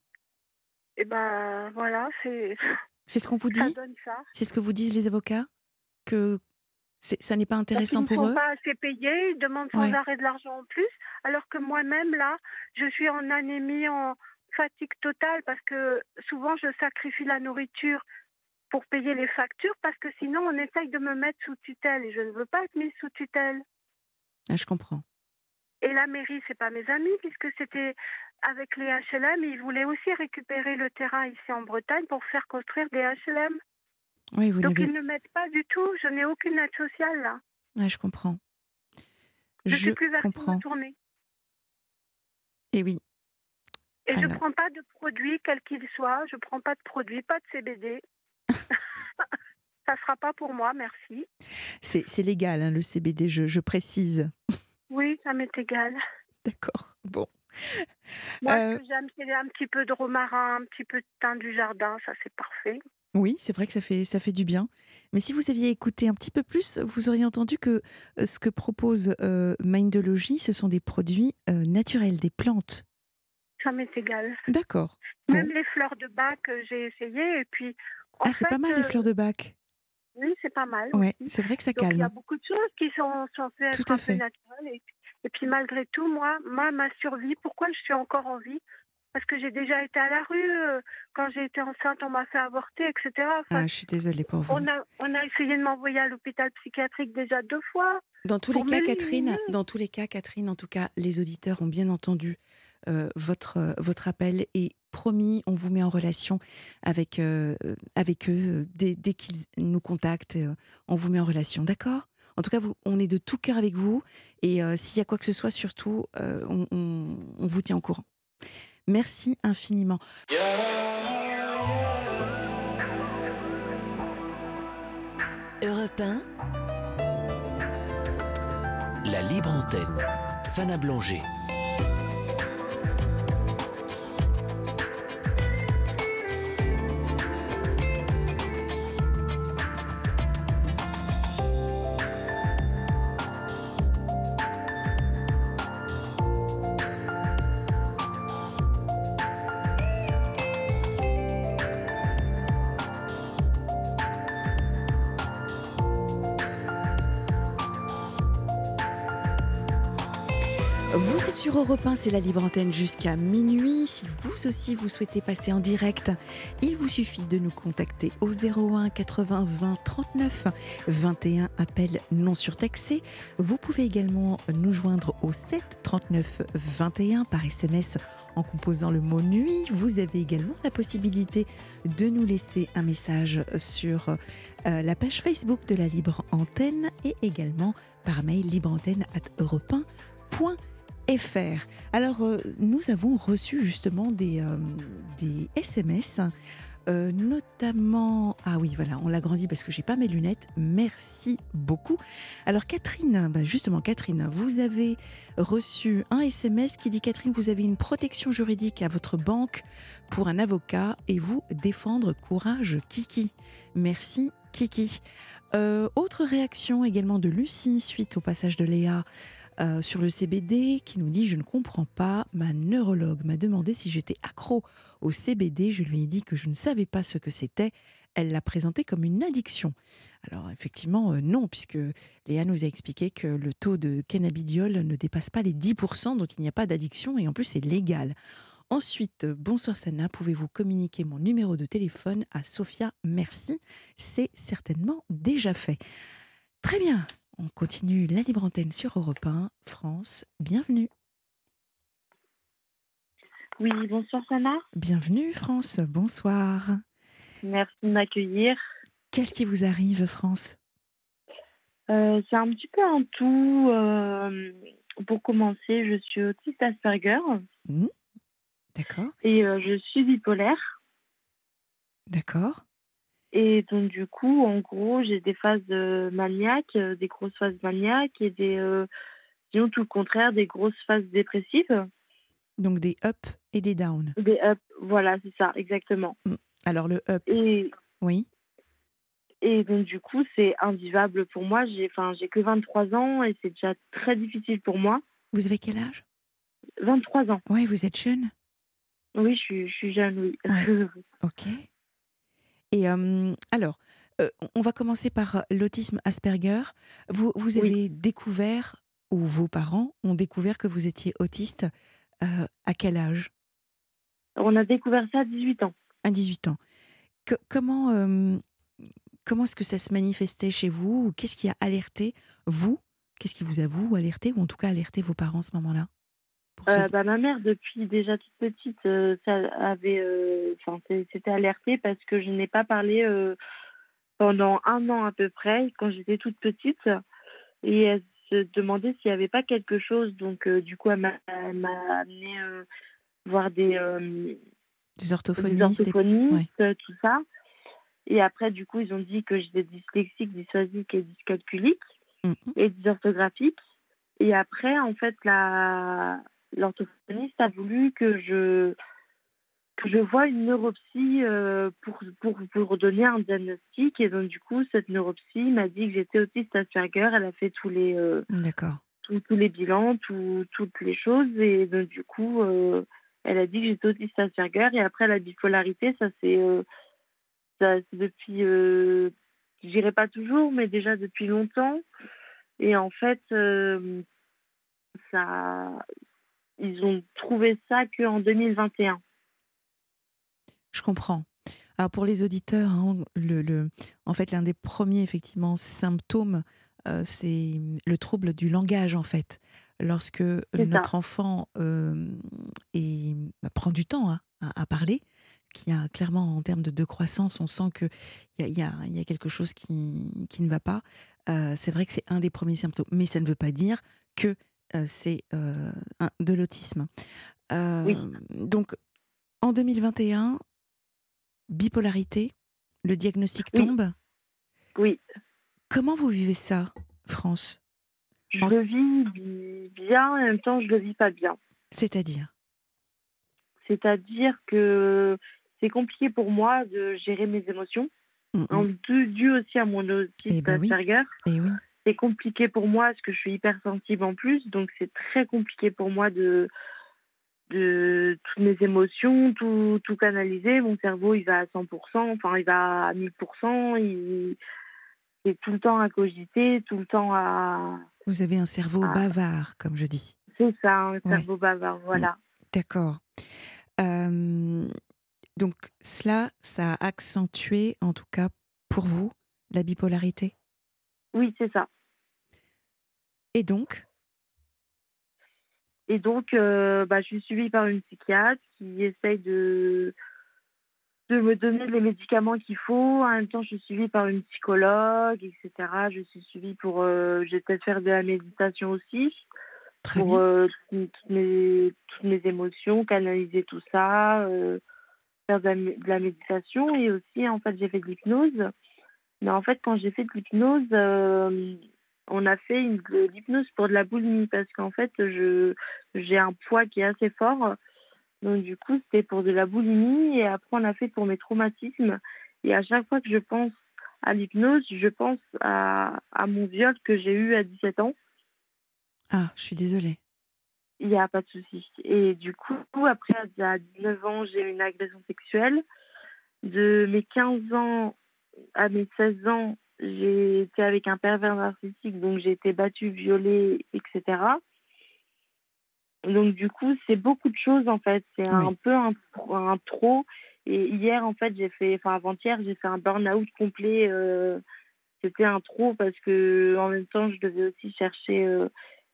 et ben voilà, c'est C'est ce qu'on vous ça dit? donne ça. C'est ce que vous disent les avocats? Que c'est- ça n'est pas Donc, ils intéressant ne pour sont eux? pas assez payés, ils demandent sans Ouais. arrêt de l'argent en plus, alors que moi-même, là, je suis en anémie, en fatigue totale, parce que souvent, je sacrifie la nourriture pour payer les factures, parce que sinon, on essaye de me mettre sous tutelle, et je ne veux pas être mise sous tutelle. Ah, je comprends. Et la mairie, c'est pas mes amis, puisque c'était avec les H L M, ils voulaient aussi récupérer le terrain ici en Bretagne pour faire construire des H L M. Oui, vous Donc n'avez... ils ne m'aident pas du tout, je n'ai aucune aide sociale là. Ouais, je comprends. Je Je suis plus vers qui me comprends. tourner. Et oui, Et je alors, prends pas de produits, quel qu'il soit, je prends pas de produits, pas de C B D. Ça sera pas pour moi, merci. c'est c'est légal, hein, le C B D, je, je précise. Oui, ça m'est égal. D'accord, bon. Moi, Euh, ce que j'aime, c'est un petit peu de romarin, un petit peu de thym du jardin, ça c'est parfait. Oui, c'est vrai que ça fait, ça fait du bien. Mais si vous aviez écouté un petit peu plus, vous auriez entendu que euh, ce que propose euh, Mindology, ce sont des produits euh, naturels, des plantes. Ça m'est égal. D'accord. Même Bon. les fleurs de bac, euh, j'ai essayé et puis en Ah, c'est pas fait, mal les euh, fleurs de bac. oui, c'est pas mal Ouais, aussi. c'est vrai que ça Donc il y a calme. beaucoup de choses qui sont censées Tout être à un peu fait. naturelles et puis, et puis malgré tout, moi, ma, ma survie, pourquoi je suis encore en vie? Parce que j'ai déjà été à la rue, euh, quand j'ai été enceinte, on m'a fait avorter, et cetera. Enfin, Ah, je suis désolée pour vous. on a, on a essayé de m'envoyer à l'hôpital psychiatrique déjà deux fois Dans tous les pour cas, m'éliminer. Catherine, dans tous les cas, Catherine, en tout cas, les auditeurs ont bien entendu euh, votre, euh, votre appel et promis, on vous met en relation avec, euh, avec eux euh, dès, dès qu'ils nous contactent. euh, on vous met en relation, d'accord? En tout cas, vous, on est de tout cœur avec vous et euh, s'il y a quoi que ce soit, surtout, euh, on, on- on vous tient au courant. Merci infiniment. Europe un, La libre antenne. Sana Blanger. Vous êtes sur Europe un, c'est la libre antenne jusqu'à minuit. Si vous aussi vous souhaitez passer en direct, il vous suffit de nous contacter au zéro un quatre-vingts vingt trente-neuf vingt et un, appel non surtaxé. Vous pouvez également nous joindre au sept trente-neuf vingt et un par S M S en composant le mot nuit. Vous avez également la possibilité de nous laisser un message sur euh, la page Facebook de la libre antenne et également par mail libreantenne arobase europe un point F R. Alors, euh, nous avons reçu justement des, euh, des S M S, euh, notamment... Ah oui, voilà, on l'agrandit parce que j'ai pas mes lunettes. Merci beaucoup. Alors, Catherine, bah justement, Catherine, vous avez reçu un S M S qui dit: Catherine, vous avez une protection juridique à votre banque pour un avocat et vous défendre. Courage, Kiki. Merci, Kiki. Euh, autre réaction également de Lucie suite au passage de Léa. Euh, sur le C B D, qui nous dit: je ne comprends pas, ma neurologue m'a demandé si j'étais accro au C B D, je lui ai dit que je ne savais pas ce que c'était, elle l'a présenté comme une addiction. Alors effectivement euh, non, puisque Léa nous a expliqué que le taux de cannabidiol ne dépasse pas les dix pour cent, donc il n'y a pas d'addiction et en plus c'est légal. Ensuite, euh, bonsoir Sana, pouvez-vous communiquer mon numéro de téléphone à Sophia? Merci, c'est certainement déjà fait. Très bien. On continue la libre antenne sur Europe un, France. Bienvenue. Oui, bonsoir Sana. Bienvenue, France. Bonsoir. Merci de m'accueillir. Qu'est-ce qui vous arrive, France? Euh, c'est un petit peu un tout. euh, pour commencer, je suis autiste Asperger Mmh, d'accord, et euh, je suis bipolaire. d'accord. Et donc du coup, en gros, j'ai des phases euh, maniaques, euh, des grosses phases maniaques et des, euh, disons tout le contraire, des grosses phases dépressives. Donc des up et des down. Des up, voilà, c'est ça, exactement. Mmh. Alors le up, Et, oui. et donc du coup, c'est invivable pour moi. J'ai, enfin, j'ai que vingt-trois ans et c'est déjà très difficile pour moi. Vous avez quel âge? vingt-trois ans. Oui, vous êtes jeune. Oui, je suis, je suis jeune, oui. Ouais. Ok. Et euh, alors, euh, on va commencer par l'autisme Asperger. Vous, vous avez Oui. découvert, ou vos parents ont découvert que vous étiez autiste euh, à quel âge? On a découvert ça à dix-huit ans. À dix-huit ans. Que- comment euh, comment est-ce que ça se manifestait chez vous? Ou qu'est-ce qui a alerté vous? Qu'est-ce qui vous a, vous, alerté, ou en tout cas alerté vos parents à ce moment-là? Pour ce- Euh, bah, ma mère, depuis déjà toute petite, euh, ça avait, euh, enfin, c'est- c'était alerté parce que je n'ai pas parlé euh, pendant un an à peu près, quand j'étais toute petite. Et elle se demandait s'il n'y avait pas quelque chose. Donc, euh, du coup, elle m'a elle m'a amené euh, voir des, euh, Des des orthophonistes et- orthophonistes, ouais. euh, tout ça. Et après, du coup, ils ont dit que j'étais dyslexique, dysphasique et dyscalculique Mhm. et dysorthographique. Et après, en fait, la l'orthophoniste a voulu que je que je vois une neuropsy euh, pour, pour, pour donner un diagnostic. Et donc, du coup, cette neuropsy m'a dit que j'étais autiste Asperger. Elle a fait tous les, euh, D'accord. tous, tous les bilans, tout, toutes les choses. Et donc, du coup, euh, elle a dit que j'étais autiste Asperger. Et après, la bipolarité, ça, c'est, euh, ça, c'est depuis, euh, je dirais pas toujours, mais déjà depuis longtemps. Et en fait, euh, ça, ils ont trouvé ça qu'en deux mille vingt et un. Je comprends. Alors pour les auditeurs, hein, le, le, en fait, l'un des premiers effectivement symptômes, euh, c'est le trouble du langage en fait. Lorsque C'est ça. notre enfant euh, est- bah, prend du temps hein, à, à parler, qui a clairement en termes de, de croissance, on sent qu'il y a, il y, a, il y a quelque chose qui, qui ne va pas. Euh, c'est vrai que c'est un des premiers symptômes, mais ça ne veut pas dire que euh, c'est euh, un- de l'autisme. Oui, Euh, donc en deux mille vingt et un, bipolarité, le diagnostic oui, tombe. oui. Comment vous vivez ça, France? Je En- le vis bi- bien, en même temps, je le vis pas bien. C'est-à-dire? C'est-à-dire que c'est compliqué pour moi de gérer mes émotions, Mm, en mm. dû, dû aussi à mon autisme Eh ben oui, Asperger. eh oui. C'est compliqué pour moi parce que je suis hypersensible en plus, donc c'est très compliqué pour moi de, de toutes mes émotions, tout, tout canaliser. Mon cerveau, il va à cent pour cent, enfin, il va à mille pour cent, il est tout le temps à cogiter, tout le temps à... Vous avez un cerveau à... bavard, comme je dis. C'est ça, un Ouais, cerveau bavard, mm, voilà. d'accord. Euh, donc cela, ça a accentué, en tout cas pour vous, la bipolarité. Oui, c'est ça. Et donc, Et donc, euh, bah, je suis suivie par une psychiatre qui essaye de, de me donner les médicaments qu'il faut. En même temps, je suis suivie par une psychologue, et cetera. Je suis suivie pour... Euh, je vais peut-être faire de la méditation aussi, très pour bien. euh, toutes, toutes mes, toutes mes émotions, canaliser tout ça, euh, faire de la, de la méditation. Et aussi, en fait, j'ai fait de l'hypnose. Mais en fait, quand j'ai fait de l'hypnose, euh, on a fait une, de l'hypnose pour de la boulimie parce qu'en fait, je, j'ai un poids qui est assez fort. Donc, du coup, c'était pour de la boulimie. Et après, on a fait pour mes traumatismes. Et à chaque fois que je pense à l'hypnose, je pense à, à mon viol que j'ai eu à dix-sept ans. Ah, je suis désolée. Il n'y a pas de souci. Et du coup, après, à dix-neuf ans, j'ai eu une agression sexuelle. De mes quinze ans à mes seize ans, j'ai été avec un pervers narcissique, donc j'ai été battue, violée, et cetera. Donc du coup, c'est beaucoup de choses en fait. C'est un Oui, peu un, un trop. Et hier, en fait, j'ai fait, enfin avant-hier, j'ai fait un burn-out complet. Euh, c'était un trop parce que en même temps, je devais aussi chercher, euh,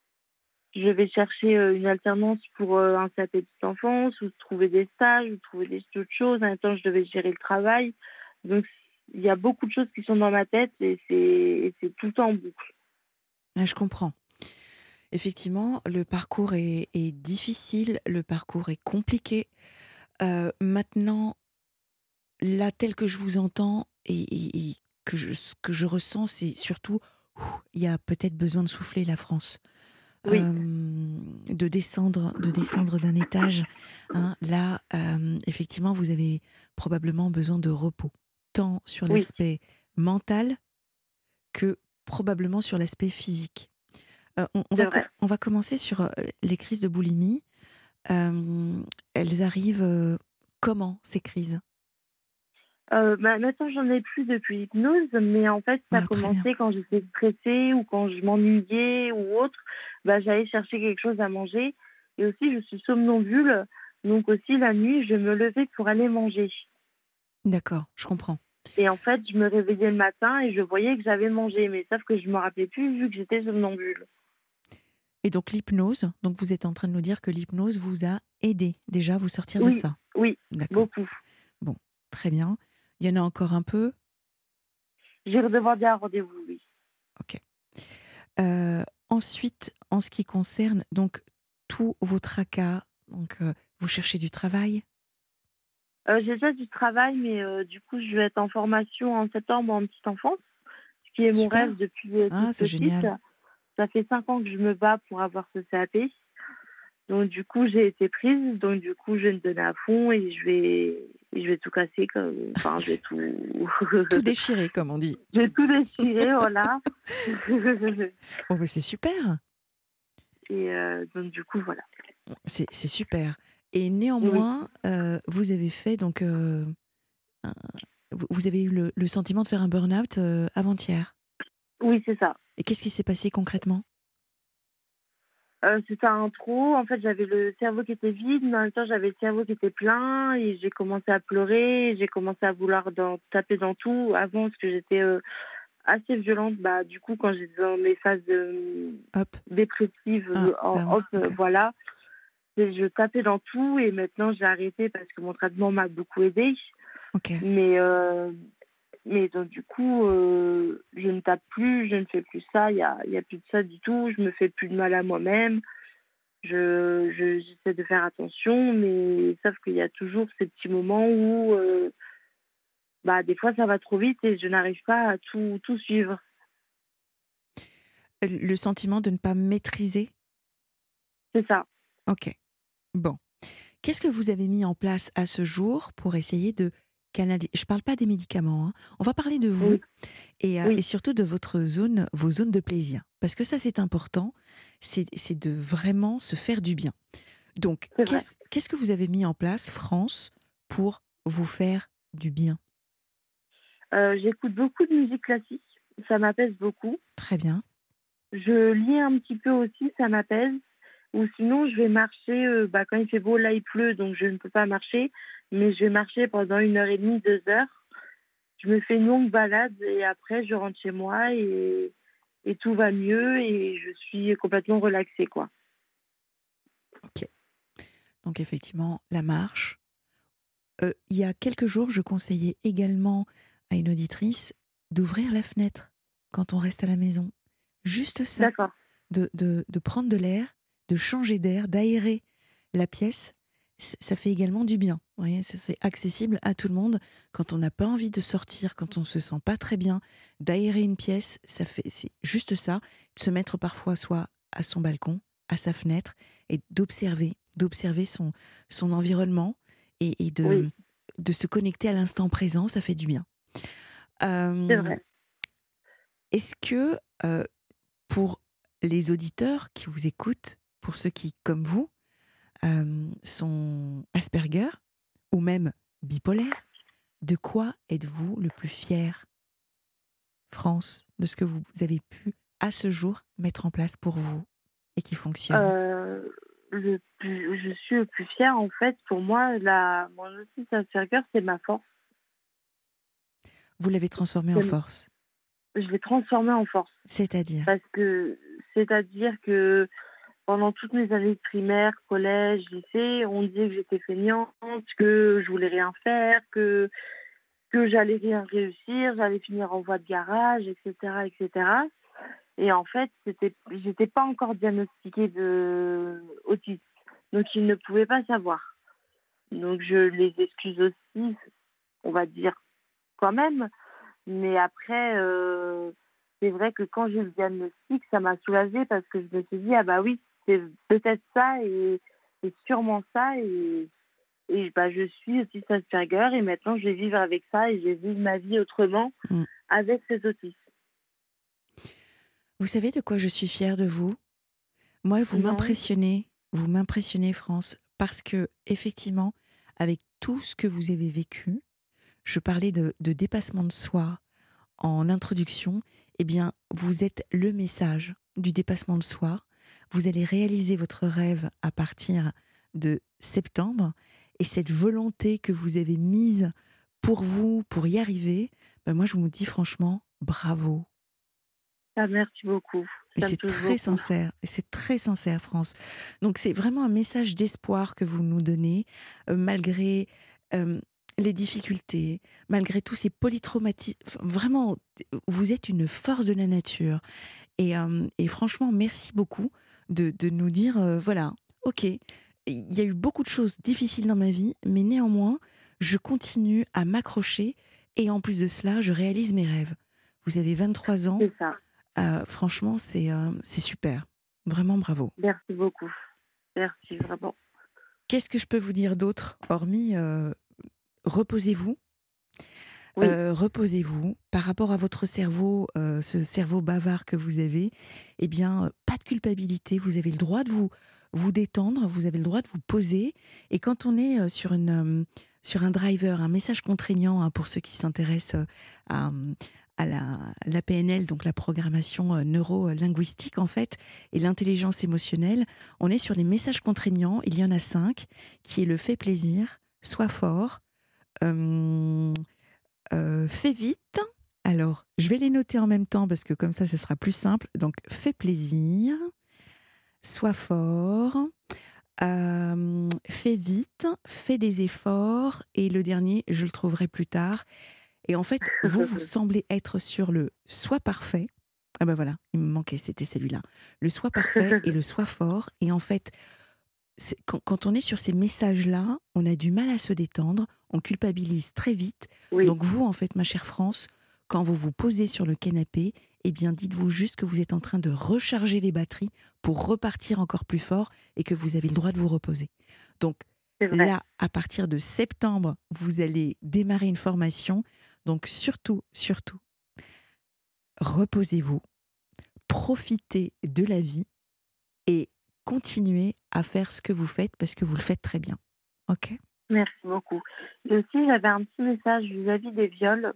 je vais chercher euh, une alternance pour euh, un C A P petite enfance ou trouver des stages ou trouver des autres choses. En même temps, je devais gérer le travail. Donc il y a beaucoup de choses qui sont dans ma tête et c'est, et c'est tout le temps en boucle. ah, je comprends. Effectivement, le parcours est, est difficile, le parcours est compliqué. Euh, maintenant, là, tel que je vous entends et, et- et que je, ce que je ressens, c'est surtout, ouh, il y a peut-être besoin de souffler la France, Oui, Euh, de descendre, de descendre d'un étage. Hein. Là, euh, effectivement, vous avez probablement besoin de repos, tant sur oui, l'aspect mental que probablement sur l'aspect physique. Euh, on, on c'est va co- vrai. on va commencer sur euh, les crises de boulimie. Euh, elles arrivent euh, comment, ces crises? Euh, bah, maintenant, j'en ai plus depuis l'hypnose, mais en fait, ça a Ah, très bien. commencé quand j'étais stressée ou quand je m'ennuyais ou autre. Bah, j'allais chercher quelque chose à manger. Et aussi, je suis somnambule. Donc aussi, la nuit, je me levais pour aller manger. D'accord, je comprends. Et en fait, je me réveillais le matin et je voyais que j'avais mangé. Mais sauf que je me rappelais plus vu que j'étais somnambule. Et donc l'hypnose, donc vous êtes en train de nous dire que l'hypnose vous a aidé déjà à vous sortir de Oui, ça. oui, D'accord. beaucoup. Bon, très bien. Il y en a encore un peu. J'ai redemandé un rendez-vous, oui. Ok. Euh, ensuite, en ce qui concerne donc tous vos tracas, donc euh, vous cherchez du travail. Euh, j'ai déjà du travail, mais euh, du coup, je vais être en formation en septembre en petite enfance, ce qui est mon rêve Super. depuis euh, Ah, toute c'est petite. génial. Ça fait cinq ans que je me bats pour avoir ce C A P. Donc du coup, j'ai été prise. Donc du coup, je vais me donner à fond et je vais, et je vais tout casser. Comme, enfin, je vais tout, Tout déchiré, comme on dit. je vais tout déchirer, voilà. Oh, bah, c'est super. Et euh, donc du coup, voilà. C'est, c'est super. Et Oui, néanmoins, euh, vous avez fait donc, euh, un- vous vous avez eu le, le sentiment de faire un burn-out euh, avant-hier. oui, c'est ça. Et qu'est-ce qui s'est passé concrètement? Euh, c'était un trou. En fait, j'avais le cerveau qui était vide, mais en même temps, j'avais le cerveau qui était plein. Et j'ai commencé à pleurer. J'ai commencé à vouloir dans- taper dans tout. Avant, parce que j'étais euh, assez violente. Bah, du coup, quand j'étais dans mes phases euh, Hop. dépressives, Ah, euh, en down. off, euh, Ok. voilà. Et je tapais dans tout. Et maintenant, j'ai arrêté parce que mon traitement m'a beaucoup aidé. Ok. Mais, euh, mais donc, du coup, euh, je ne tape plus. Je ne fais plus ça. Il n'y a, il y a plus de ça du tout. Je me fais plus de mal à moi-même. Je, je- j'essaie de faire attention, mais sauf qu'il y a toujours ces petits moments où, euh, bah, des fois, ça va trop vite et je n'arrive pas à tout, tout suivre. Le sentiment de ne pas maîtriser. C'est ça. Ok. Bon. Qu'est-ce que vous avez mis en place à ce jour pour essayer de canaliser? Je ne parle pas des médicaments, hein. On va parler de vous Oui, et, euh, oui, et surtout de votre zone, vos zones de plaisir. Parce que ça, c'est important. C'est, c'est de vraiment se faire du bien. Donc, c'est vrai. qu'est-ce, qu'est-ce que vous avez mis en place, France, pour vous faire du bien? Euh, j'écoute beaucoup de musique classique. Ça m'apaise beaucoup. Très bien. Je lis un petit peu aussi, ça m'apaise. Ou sinon, je vais marcher. Euh, bah, quand il fait beau, là, il pleut, donc je ne peux pas marcher. Mais je vais marcher pendant une heure et demie, deux heures. Je me fais une longue balade et après, je rentre chez moi et, et tout va mieux et je suis complètement relaxée, quoi. Ok. Donc, effectivement, la marche. Euh, il y a quelques jours, je conseillais également à une auditrice d'ouvrir la fenêtre quand on reste à la maison. Juste ça, D'accord. de, de, de prendre de l'air, de changer d'air, d'aérer la pièce, c- ça fait également du bien. Vous voyez, ça, c'est accessible à tout le monde. Quand on n'a pas envie de sortir, quand on se sent pas très bien, d'aérer une pièce, ça fait, c'est juste ça, de se mettre parfois soit à son balcon, à sa fenêtre, et d'observer, d'observer son, son environnement et, et Oui, de, de se connecter à l'instant présent, ça fait du bien. c'est Euh, vrai. Est-ce que euh, pour les auditeurs qui vous écoutent, pour ceux qui, comme vous, euh, sont Asperger ou même bipolaires, de quoi êtes-vous le plus fier, France, de ce que vous avez pu à ce jour mettre en place pour vous et qui fonctionne? Euh, le plus, je suis le plus fière, en fait, pour moi, la, mon autisme Asperger, c'est ma force. Vous l'avez transformé en C'est- force, Je l'ai transformée en force. c'est-à-dire? Parce que, c'est-à-dire que pendant toutes mes années de primaire, collège, lycée, on disait que j'étais feignante, que je voulais rien faire, que, que j'allais rien réussir, j'allais finir en voie de garage, et cetera, et cetera. Et en fait, c'était, j'étais pas encore diagnostiquée de autisme. Donc, ils ne pouvaient pas savoir. Donc, je les excuse aussi, on va dire quand même. Mais après, euh, c'est vrai que quand j'ai eu le diagnostic, ça m'a soulagée parce que je me suis dit, ah bah oui, c'est peut-être ça et c'est sûrement ça. Et, et bah, je suis autiste Asperger et maintenant, je vais vivre avec ça et je vais vivre ma vie autrement Mm. avec ces autismes. Vous savez de quoi je suis fière de vous? Moi, vous Non, m'impressionnez, vous m'impressionnez, France, parce que, effectivement, avec tout ce que vous avez vécu, je parlais de, de dépassement de soi en introduction, eh bien, vous êtes le message du dépassement de soi. Vous allez réaliser votre rêve à partir de septembre, et cette volonté que vous avez mise pour vous, pour y arriver, ben moi, je vous dis franchement, bravo. ah, merci beaucoup. Et Ça me c'est touche très beaucoup. sincère, et c'est très sincère, France. Donc c'est vraiment un message d'espoir que vous nous donnez, euh, malgré euh, les difficultés, malgré tous ces polytraumatismes. Enfin, vraiment, vous êtes une force de la nature. Et, euh, et franchement, merci beaucoup de, de nous dire, euh, voilà, ok, il y a eu beaucoup de choses difficiles dans ma vie, mais néanmoins, je continue à m'accrocher, et en plus de cela, je réalise mes rêves. Vous avez vingt-trois ans. C'est ça. Euh, franchement, c'est euh, c'est super. Vraiment bravo. Merci beaucoup. Merci, vraiment. Qu'est-ce que je peux vous dire d'autre, hormis euh, reposez-vous. Oui, Euh, reposez-vous par rapport à votre cerveau, euh, ce cerveau bavard que vous avez. Eh bien, euh, pas de culpabilité. Vous avez le droit de vous vous détendre. Vous avez le droit de vous poser. Et quand on est euh, sur une euh, sur un driver, un message contraignant hein, pour ceux qui s'intéressent euh, à à la, la P N L, donc la programmation euh, neuro-linguistique en fait, et l'intelligence émotionnelle, on est sur les messages contraignants. Il y en a cinq, qui est le fait plaisir, sois fort, euh, euh, fais vite. Alors, je vais les noter en même temps parce que comme ça, ce sera plus simple. Donc, fais plaisir, sois fort, euh, fais vite, fais des efforts. Et le dernier, je le trouverai plus tard. Et en fait, vous, vous semblez être sur le sois parfait. Ah ben voilà, il me manquait, c'était celui-là. Le sois parfait et le sois fort. Et en fait, c'est- quand, quand on est sur ces messages-là, on a du mal à se détendre, on culpabilise très vite. oui, Donc vous, en fait, ma chère France, quand vous vous posez sur le canapé, eh bien, dites-vous juste que vous êtes en train de recharger les batteries pour repartir encore plus fort et que vous avez le droit de vous reposer. Donc c'est vrai. là, à partir de septembre, vous allez démarrer une formation. Donc surtout, surtout, reposez-vous, profitez de la vie et continuez à faire ce que vous faites parce que vous le faites très bien. Ok? Merci beaucoup. Et aussi, j'avais un petit message vis-à-vis des viols.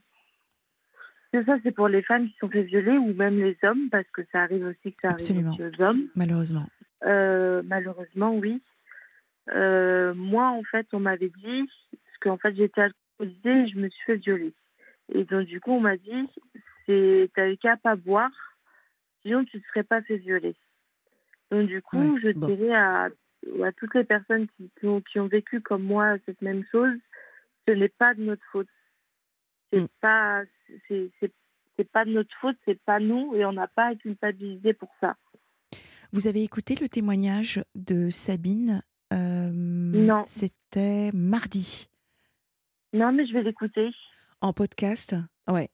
C'est ça, c'est pour les femmes qui sont fait violer ou même les hommes, parce que ça arrive aussi que ça arrive Absolument, aussi aux hommes. malheureusement. Euh, malheureusement, oui. Euh, moi, en fait, on m'avait dit, parce qu'en fait, j'étais alcoolisée et je me suis fait violer. Et donc, du coup, on m'a dit, c'est, t'avais qu'à pas boire, sinon tu ne serais pas fait violer. Donc, du Ouais, coup, je bon. dirais à, à toutes les personnes qui, qui ont, qui ont vécu comme moi cette même chose, ce n'est pas de notre faute. C'est Mm. pas, c'est, c'est, c'est pas de notre faute, c'est pas nous, et on n'a pas à culpabiliser pour ça. Vous avez écouté le témoignage de Sabine, euh, Non, c'était mardi, non, mais je vais l'écouter. en podcast. Ouais.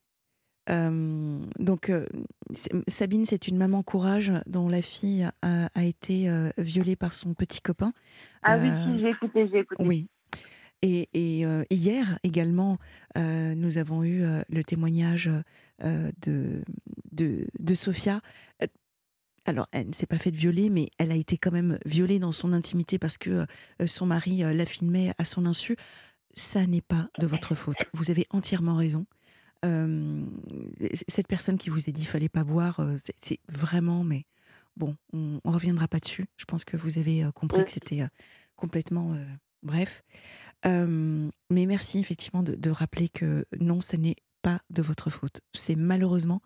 Euh, donc, euh, c'est- Sabine, c'est une maman courage dont la fille a, a été euh, violée par son petit copain. Ah oui, Euh, si, j'ai écouté, j'ai écouté. oui. Et, et, euh, hier également, euh, nous avons eu euh, le témoignage euh, de, de, de Sophia. Euh, Alors, elle ne s'est pas faite violer, mais elle a été quand même violée dans son intimité parce que euh, son mari euh, la filmait à son insu. Ça n'est pas de votre faute. Vous avez entièrement raison. Euh, cette personne qui vous a dit qu'il fallait pas boire, euh, c'est c'est vraiment, mais bon, on ne reviendra pas dessus. Je pense que vous avez euh, compris Oui, que c'était euh, complètement euh, bref. Euh, mais merci effectivement de, de rappeler que non, ce n'est pas de votre faute. C'est malheureusement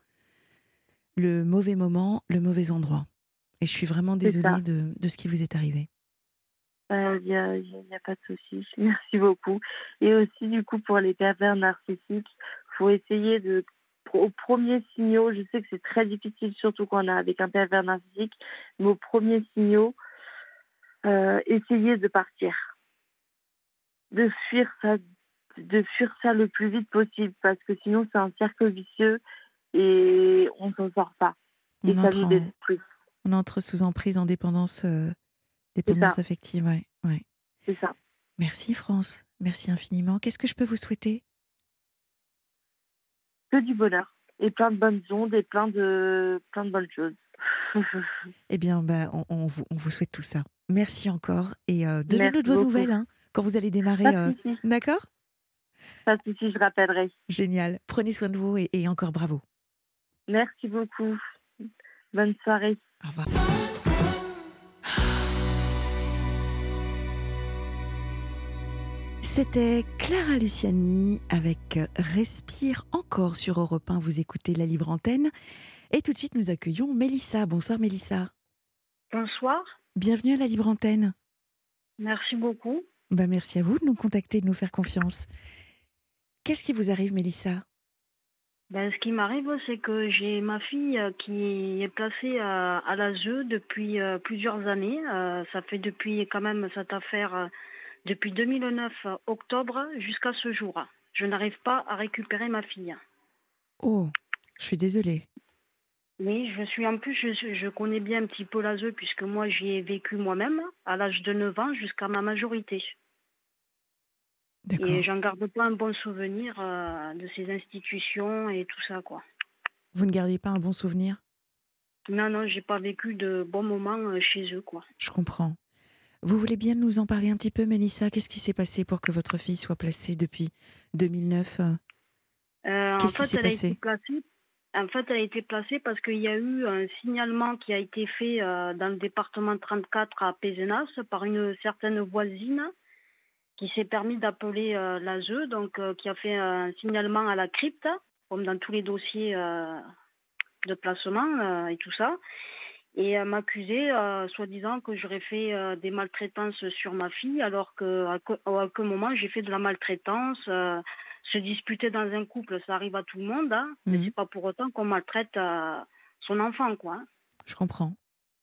le mauvais moment, le mauvais endroit. Et je suis vraiment c'est ça. désolée de, de ce qui vous est arrivé. Il n'y a, y a- y a pas de souci. Merci beaucoup. Et aussi, du coup, pour les pervers narcissiques, faut essayer de, aux premiers signaux, je sais que c'est très difficile, surtout quand on est avec un pervers narcissique, mais aux premiers signaux, euh, essayez de partir, de fuir ça, de fuir ça le plus vite possible, parce que sinon c'est un cercle vicieux et on s'en sort pas. Et On ça entre, nous en- détruit. on entre sous emprise en dépendance, euh, C'est dépendance ça, affective. Ouais, ouais. c'est ça. Merci France, merci infiniment. Qu'est-ce que je peux vous souhaiter? Que du bonheur et plein de bonnes ondes et plein de plein de bonnes choses. Eh bien, bah, on, on vous, on vous souhaite tout ça. Merci encore et euh, donnez-nous Merci de vos beaucoup. nouvelles hein, quand vous allez Pas démarrer. euh, de souci, D'accord? pas de souci, je rappellerai. Génial. Prenez soin de vous et, et encore bravo. Merci beaucoup. Bonne soirée. Au revoir. C'était Clara Luciani avec Respire encore sur Europe un. Vous écoutez la libre antenne. Et tout de suite, nous accueillons Mélissa. Bonsoir Mélissa. Bonsoir, Bienvenue à la libre antenne. merci beaucoup. Bah, merci à vous de nous contacter, de nous faire confiance. Qu'est-ce qui vous arrive Mélissa? Ben, ce qui m'arrive, c'est que j'ai ma fille euh, qui est placée à, à l'A S E depuis euh, plusieurs années. Euh, ça fait depuis quand même cette affaire euh, depuis deux mille neuf, euh, octobre, jusqu'à ce jour. Je n'arrive pas à récupérer ma fille. Oh, je suis désolée. Oui, je suis en plus, je, suis- je connais bien un petit peu l'A S E puisque moi j'y ai vécu moi-même à l'âge de neuf ans jusqu'à ma majorité. Et D'accord. j'en garde pas un bon souvenir euh, de ces institutions et tout ça, quoi. Vous ne gardiez pas un bon souvenir? Non, non, j'ai pas vécu de bons moments euh, chez eux, quoi. Je comprends. Vous voulez bien nous en parler un petit peu, Mélissa? Qu'est-ce qui s'est passé pour que votre fille soit placée depuis deux mille neuf? euh, Euh, en Qu'est-ce qui fait, s'est elle a été passé? placée. En fait, elle a été placée parce qu'il y a eu un signalement qui a été fait euh, dans le département trente-quatre à Pézenas par une certaine voisine qui s'est permis d'appeler euh, l'A S E, donc euh, qui a fait un signalement à la crypte, comme dans tous les dossiers euh, de placement euh, et tout ça, et elle m'accusait, euh, soi-disant, que j'aurais fait euh, des maltraitances sur ma fille, alors que à, que- à aucun moment j'ai fait de la maltraitance. Euh, se disputer dans un couple, ça arrive à tout le monde, hein, mais Mhm. c'est pas pour autant qu'on maltraite euh, son enfant, quoi, hein. Je comprends.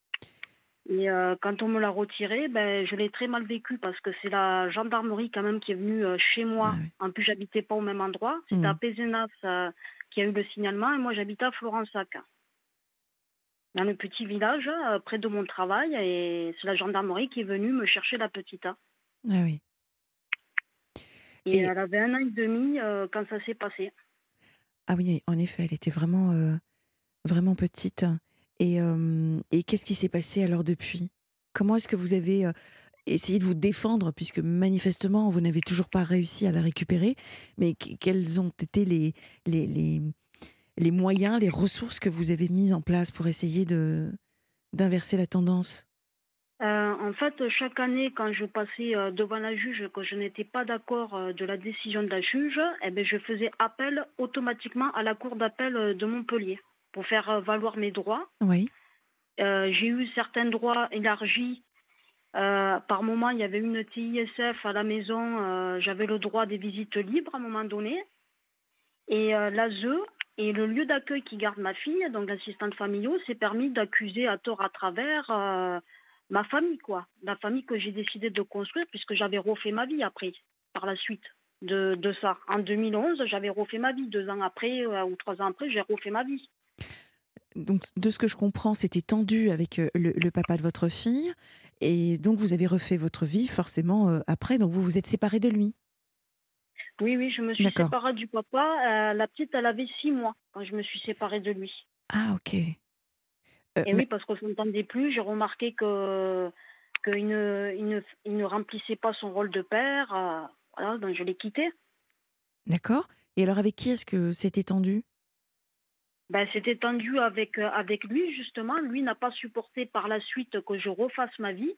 Et euh, quand on me l'a retiré, ben, je l'ai très mal vécu parce que c'est la gendarmerie quand même qui est venue euh, chez Ah moi. ouais. En plus, j'habitais pas au même endroit. C'était à Mhm. Pézenas euh, qui a eu le signalement et moi j'habitais à Florensac, dans le petit village euh, près de mon travail. Et c'est la gendarmerie qui est venue me chercher la petite, hein. Ah oui. Et Et elle avait un an et demi euh, quand ça s'est passé. ah oui, en effet, elle était vraiment, euh, vraiment petite. Et, euh, et qu'est-ce qui s'est passé alors depuis? Comment est-ce que vous avez euh, essayé de vous défendre, puisque manifestement vous n'avez toujours pas réussi à la récupérer, mais que- quels ont été les, les, les, les moyens, les ressources que vous avez mises en place pour essayer de d'inverser la tendance? Euh, en fait, chaque année, quand je passais euh, devant la juge, que je n'étais pas d'accord euh, de la décision de la juge, eh ben, je faisais appel automatiquement à la cour d'appel euh, de Montpellier pour faire euh, valoir mes droits. Oui, Euh, j'ai eu certains droits élargis. Euh, par moment, il y avait une T I S F à la maison. Euh, j'avais le droit des visites libres à un moment donné. Et euh, l'A S E et le lieu d'accueil qui garde ma fille, donc l'assistante familiale, s'est permis d'accuser à tort à travers euh, ma famille, quoi. La famille que j'ai décidé de construire, puisque j'avais refait ma vie après, par la suite de, de ça. En deux mille onze, j'avais refait ma vie. Deux ans après euh, ou trois ans après, j'ai refait ma vie. donc de ce que je comprends, c'était tendu avec euh, le, le papa de votre fille, et donc vous avez refait votre vie forcément euh, après, donc vous vous êtes séparés de lui. Oui, oui, je me suis D'accord. séparée du papa. Euh, la petite, elle avait six mois quand je me suis séparée de lui. Ah ok. Euh, Et oui, mais parce qu'on ne s'entendait plus. J'ai remarqué que qu'il ne, il ne, il ne remplissait pas son rôle de père. Euh, voilà, donc je l'ai quitté. d'accord. Et alors avec qui est-ce que c'était tendu? Ben, c'était tendu avec, euh, avec lui, justement. Lui n'a pas supporté par la suite que je refasse ma vie.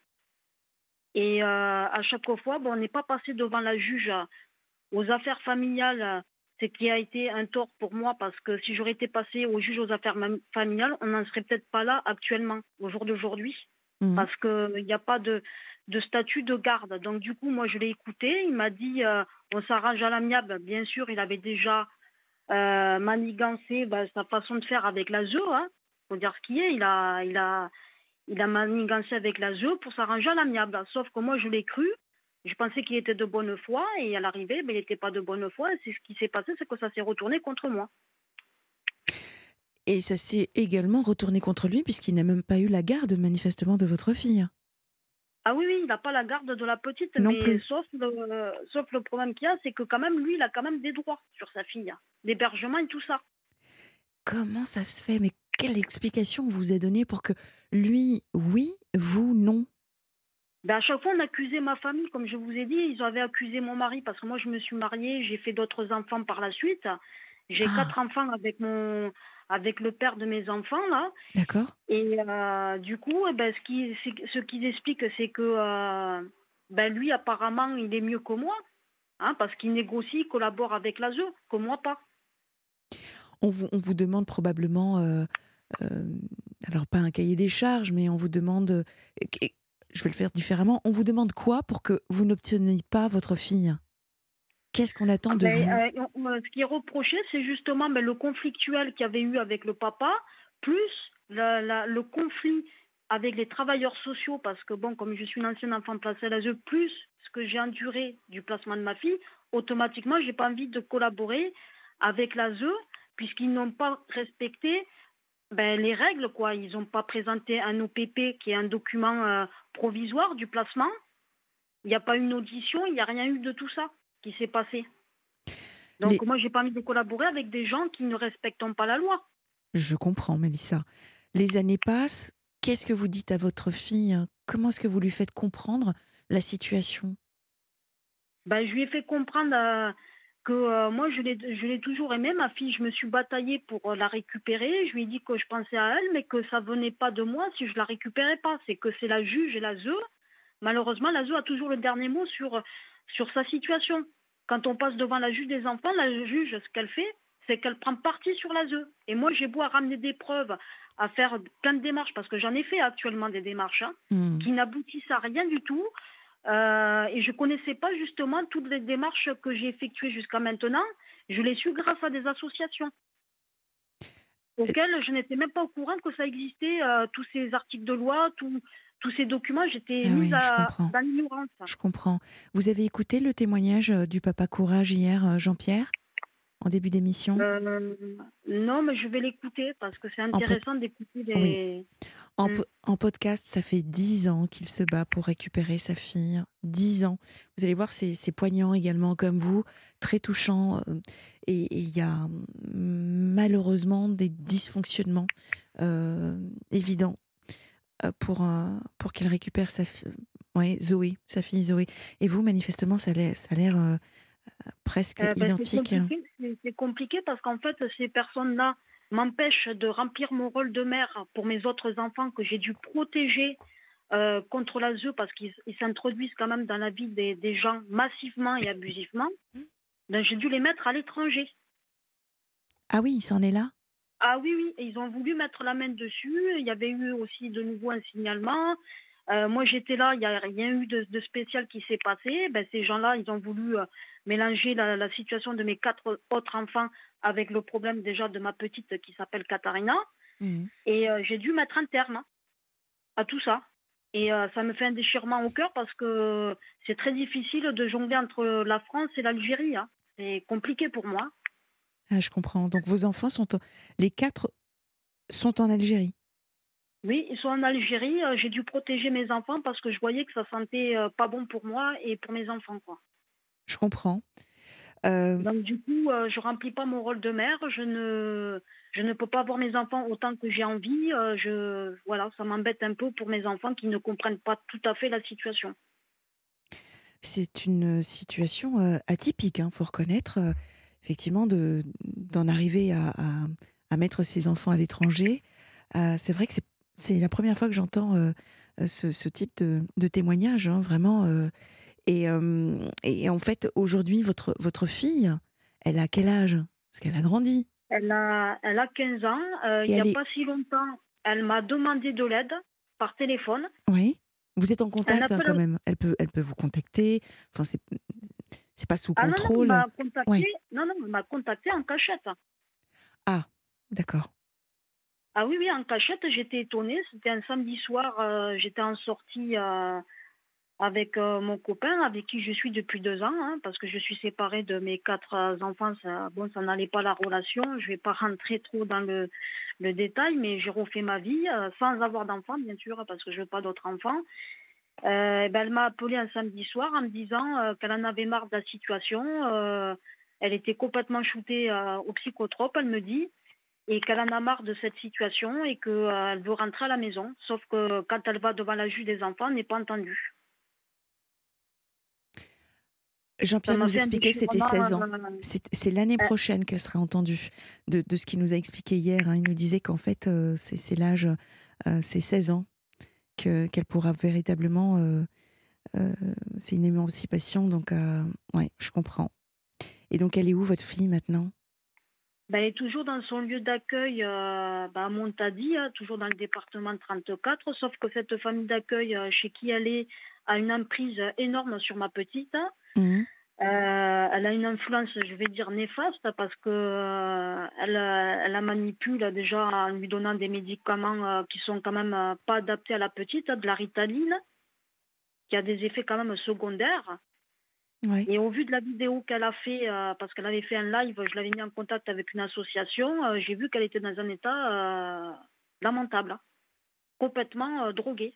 Et euh, à chaque fois, bon, on n'est pas passé devant la juge euh, aux affaires familiales, euh, ce qui a été un tort pour moi, parce que si j'aurais été passée au juge aux affaires mam- familiales, on n'en serait peut-être pas là actuellement, au jour d'aujourd'hui, Mhm. parce qu'il n'y a pas de, de statut de garde. Donc du coup, moi, je l'ai écouté. Il m'a dit, euh, on s'arrange à l'amiable. Bien sûr, il avait déjà euh, manigancé bah, sa façon de faire avec la Z E. Hein. Faut dire ce qui est. Il a, il a, il a manigancé avec la Z E pour s'arranger à l'amiable. Sauf que moi, je l'ai cru. Je pensais qu'il était de bonne foi et à l'arrivée, ben, il n'était pas de bonne foi. Et c'est ce qui s'est passé, c'est que ça s'est retourné contre moi. Et ça s'est également retourné contre lui puisqu'il n'a même pas eu la garde manifestement de votre fille. Ah oui, oui, il n'a pas la garde de la petite, Non mais plus. sauf le, sauf le problème qu'il y a, c'est que quand même, lui, il a quand même des droits sur sa fille, hein. L'hébergement et tout ça. Comment ça se fait? Mais quelle explication on vous a donnée pour que lui, oui, vous, non? Ben, à chaque fois, on accusait ma famille, comme je vous ai dit. Ils avaient accusé mon mari parce que moi, je me suis mariée, j'ai fait d'autres enfants par la suite. J'ai Ah, quatre enfants avec mon, avec le père de mes enfants là. d'accord. Et euh, du coup, eh ben, ce qui, c'est- ce qu'ils expliquent, c'est que euh, ben, lui, apparemment, il est mieux que moi, hein, parce qu'il négocie, il collabore avec l'A S E, que moi pas. On vous, on vous demande probablement, euh, euh, alors pas un cahier des charges, mais on vous demande, euh, qu- je vais le faire différemment, on vous demande quoi pour que vous n'obteniez pas votre fille? Qu'est-ce qu'on attend de Ben, vous? euh, on- euh, ce qui est reproché, c'est justement ben, le conflictuel qu'il y avait eu avec le papa, plus la- la- le conflit avec les travailleurs sociaux, parce que, bon, comme je suis une ancienne enfant placée à l'A S E, plus ce que j'ai enduré du placement de ma fille, automatiquement, j'ai pas envie de collaborer avec l'A S E, puisqu'ils n'ont pas respecté ben, les règles, quoi. Ils n'ont pas présenté un O P P qui est un document euh, provisoire du placement. Il n'y a pas eu une audition, il n'y a rien eu de tout ça qui s'est passé. Donc Les... moi, j'ai pas envie de collaborer avec des gens qui ne respectent pas la loi. Je comprends, Mélissa. Les années passent. Qu'est-ce que vous dites à votre fille? Comment est-ce que vous lui faites comprendre la situation? Ben, je lui ai fait comprendre euh, que euh, moi, je l'ai, je l'ai toujours aimée, ma fille. Je me suis bataillée pour euh, la récupérer. Je lui ai dit que je pensais à elle, mais que ça venait pas de moi si je la récupérais pas. C'est que c'est la juge et la Z E. Malheureusement, la Z E a toujours le dernier mot sur, sur sa situation. Quand on passe devant la juge des enfants, la juge, ce qu'elle fait, c'est qu'elle prend parti sur la Z E. Et moi, j'ai beau à ramener des preuves, à faire plein de démarches, parce que j'en ai fait actuellement des démarches, hein, Mmh. qui n'aboutissent à rien du tout. Euh, et je ne connaissais pas justement toutes les démarches que j'ai effectuées jusqu'à maintenant. Je l'ai su grâce à des associations auxquelles je n'étais même pas au courant que ça existait, euh, tous ces articles de loi, tous tous ces documents. J'étais Ah mise oui, je à, comprends. dans l'ignorance. Je comprends. Vous avez écouté le témoignage euh, du papa Courage hier, euh, Jean-Pierre, en début d'émission? Euh, non, mais je vais l'écouter parce que c'est En pod- intéressant d'écouter Oui. les... En, Mm. po- en podcast, ça fait dix ans qu'il se bat pour récupérer sa fille. Dix ans. Vous allez voir, c'est c'est poignant également, comme vous, très touchant. euh, Et et il y a hum, malheureusement des dysfonctionnements euh, évidents euh, pour, euh, pour qu'il récupère sa fille. Ouais, Zoé, sa fille Zoé. Et vous, manifestement, ça a l'air ça a l'air, euh, presque Euh, ben, c'est identique. compliqué, c'est c'est compliqué parce qu'en fait, ces personnes-là m'empêchent de remplir mon rôle de mère pour mes autres enfants que j'ai dû protéger euh, contre la Z E parce qu'ils ils s'introduisent quand même dans la vie des, des gens massivement et abusivement. Donc j'ai dû les mettre à l'étranger. Ah oui, il s'en est là? Ah oui, oui, et ils ont voulu mettre la main dessus. Il y avait eu aussi de nouveau un signalement. Euh, moi, j'étais là, il n'y a rien eu de, de spécial qui s'est passé. Ben, ces gens-là, ils ont voulu euh, mélanger la, la situation de mes quatre autres enfants avec le problème déjà de ma petite qui s'appelle Katharina. Mhm. Et euh, j'ai dû mettre un terme à tout ça. Et euh, ça me fait un déchirement au cœur parce que c'est très difficile de jongler entre la France et l'Algérie, hein. C'est compliqué pour moi. Ah, je comprends. Donc vos enfants sont... en- Les quatre sont en Algérie. Oui, ils sont en Algérie. euh, J'ai dû protéger mes enfants parce que je voyais que ça sentait euh, pas bon pour moi et pour mes enfants, quoi. Je comprends. Euh, Donc du coup, euh, je remplis pas mon rôle de mère. Je ne, je ne peux pas voir mes enfants autant que j'ai envie. euh, je, voilà, ça m'embête un peu pour mes enfants qui ne comprennent pas tout à fait la situation. c'est une situation euh, atypique, il faut reconnaître, euh, effectivement, de, d'en arriver à, à, à mettre ses enfants à l'étranger. Euh, c'est vrai que c'est, c'est la première fois que j'entends euh, ce, ce type de, de témoignage, hein, vraiment. euh, et, euh, et en fait, aujourd'hui, votre, votre fille, elle a quel âge? Parce qu'elle a grandi. Elle a, elle a quinze ans. euh, Et il n'y a elle est... pas si longtemps, elle m'a demandé de l'aide par téléphone. Oui. Vous êtes en Un contact hein, appel. quand même. Elle peut, elle peut vous contacter. Enfin, c'est, c'est pas sous Ah non, non, elle contrôle. m'a contacté. Oui. Non, non, elle m'a contacté en cachette. Ah, d'accord. Ah oui, oui, en cachette, j'étais étonnée. C'était un samedi soir, euh, j'étais en sortie euh, avec euh, mon copain, avec qui je suis depuis deux ans, hein, parce que je suis séparée de mes quatre euh, enfants. Ça, bon, ça n'allait pas la relation. Je vais pas rentrer trop dans le, le détail, mais j'ai refait ma vie euh, sans avoir d'enfants, bien sûr, parce que je veux pas d'autres enfants. Euh, ben, elle m'a appelé un samedi soir en me disant euh, qu'elle en avait marre de la situation. Euh, elle était complètement shootée euh, au psychotrope, elle me dit, et qu'elle en a marre de cette situation et qu'elle euh, veut rentrer à la maison. Sauf que quand elle va devant la juge des enfants, elle n'est pas entendue. Ça Jean-Pierre m'a nous fait un expliquait que c'était déchirement. seize ans. euh, C'est c'est l'année euh, prochaine qu'elle sera entendue. De, de ce qu'il nous a expliqué hier, hein. Il nous disait qu'en fait, euh, c'est c'est l'âge, euh, c'est seize ans que, qu'elle pourra véritablement... euh, euh, c'est une émancipation, donc euh, ouais, je comprends. Et donc, elle est où, votre fille, maintenant? ben, elle est toujours dans son lieu d'accueil euh, ben, à Montady, hein, toujours dans le département trente-quatre, sauf que cette famille d'accueil euh, chez qui elle est a une emprise énorme sur ma petite. Mhm. Euh, elle a une influence, je vais dire, néfaste parce que euh, elle, euh, elle la manipule déjà en lui donnant des médicaments euh, qui sont quand même euh, pas adaptés à la petite, de la Ritaline, qui a des effets quand même secondaires. Ouais. Et au vu de la vidéo qu'elle a fait, euh, parce qu'elle avait fait un live, je l'avais mis en contact avec une association, euh, j'ai vu qu'elle était dans un état euh, lamentable, hein, complètement euh, droguée.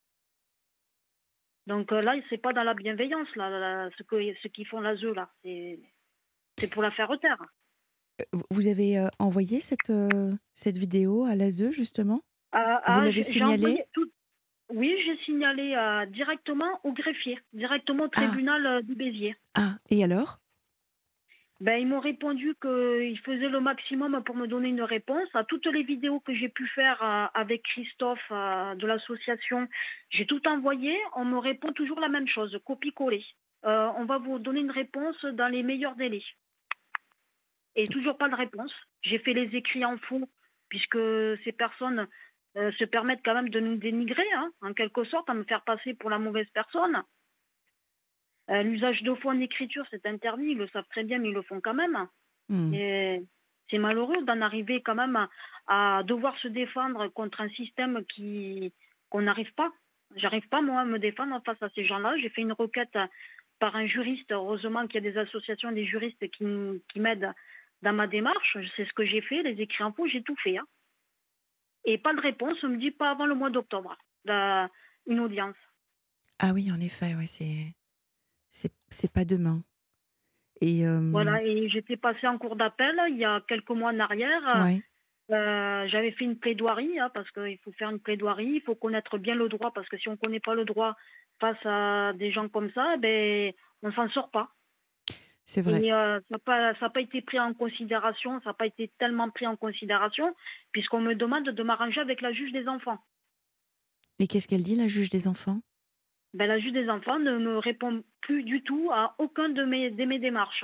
Donc euh, là, c'est pas dans la bienveillance, là, là, ce que ce qu'ils font là, eux, là. C'est c'est pour la faire taire. Vous vous avez euh, envoyé cette, euh, cette vidéo à l'A S E, justement? Ah, Vous ah, l'avez j'ai j'ai envoyé signalée? tout. Oui, j'ai signalé euh, directement au greffier, directement au Ah, tribunal euh, du Béziers. ah, et alors? Ben, ils m'ont répondu qu'ils faisaient le maximum pour me donner une réponse. À toutes les vidéos que j'ai pu faire euh, avec Christophe euh, de l'association, j'ai tout envoyé. On me répond toujours la même chose, copie-coller. Euh, on va vous donner une réponse dans les meilleurs délais. Et toujours pas de réponse. J'ai fait les écrits en faux, puisque ces personnes euh, se permettent quand même de nous dénigrer, hein, en quelque sorte, à me faire passer pour la mauvaise personne. Euh, L'usage de faux en écriture, c'est interdit, ils le savent très bien, mais ils le font quand même. Hmm. Et c'est malheureux d'en arriver quand même à, à devoir se défendre contre un système qui qu'on n'arrive pas. J'arrive pas, moi, à me défendre face à ces gens-là. J'ai fait une requête par un juriste. Heureusement qu'il y a des associations, des juristes qui, m- qui m'aident dans ma démarche. C'est ce que j'ai fait, les écrits en faux, j'ai tout fait, hein. Et pas de réponse, on me dit pas avant le mois d'octobre, la- une audience. Ah oui, en effet, ouais, c'est, c'est, c'est pas demain. Et euh, Voilà, et j'étais passée en cour d'appel il y a quelques mois en arrière. ouais, Euh, j'avais fait une plaidoirie, hein, parce qu'il faut faire une plaidoirie, il faut connaître bien le droit, parce que si on ne connaît pas le droit face à des gens comme ça, eh ben, on ne s'en sort pas. c'est vrai. Et euh, ça n'a pas, ça a pas été pris en considération, ça n'a pas été tellement pris en considération, puisqu'on me demande de m'arranger avec la juge des enfants. Et qu'est-ce qu'elle dit, la juge des enfants? Ben, la juge des enfants ne me répond plus du tout à aucun de mes, de mes démarches.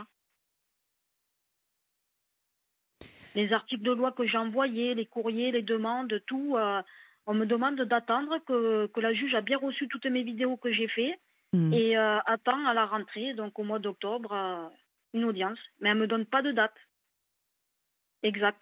Les articles de loi que j'ai envoyés, les courriers, les demandes, tout, euh, on me demande d'attendre que, que la juge a bien reçu toutes mes vidéos que j'ai faites Hmm. et euh, attend à la rentrée, donc au mois d'octobre, euh, une audience. Mais elle ne me donne pas de date exacte.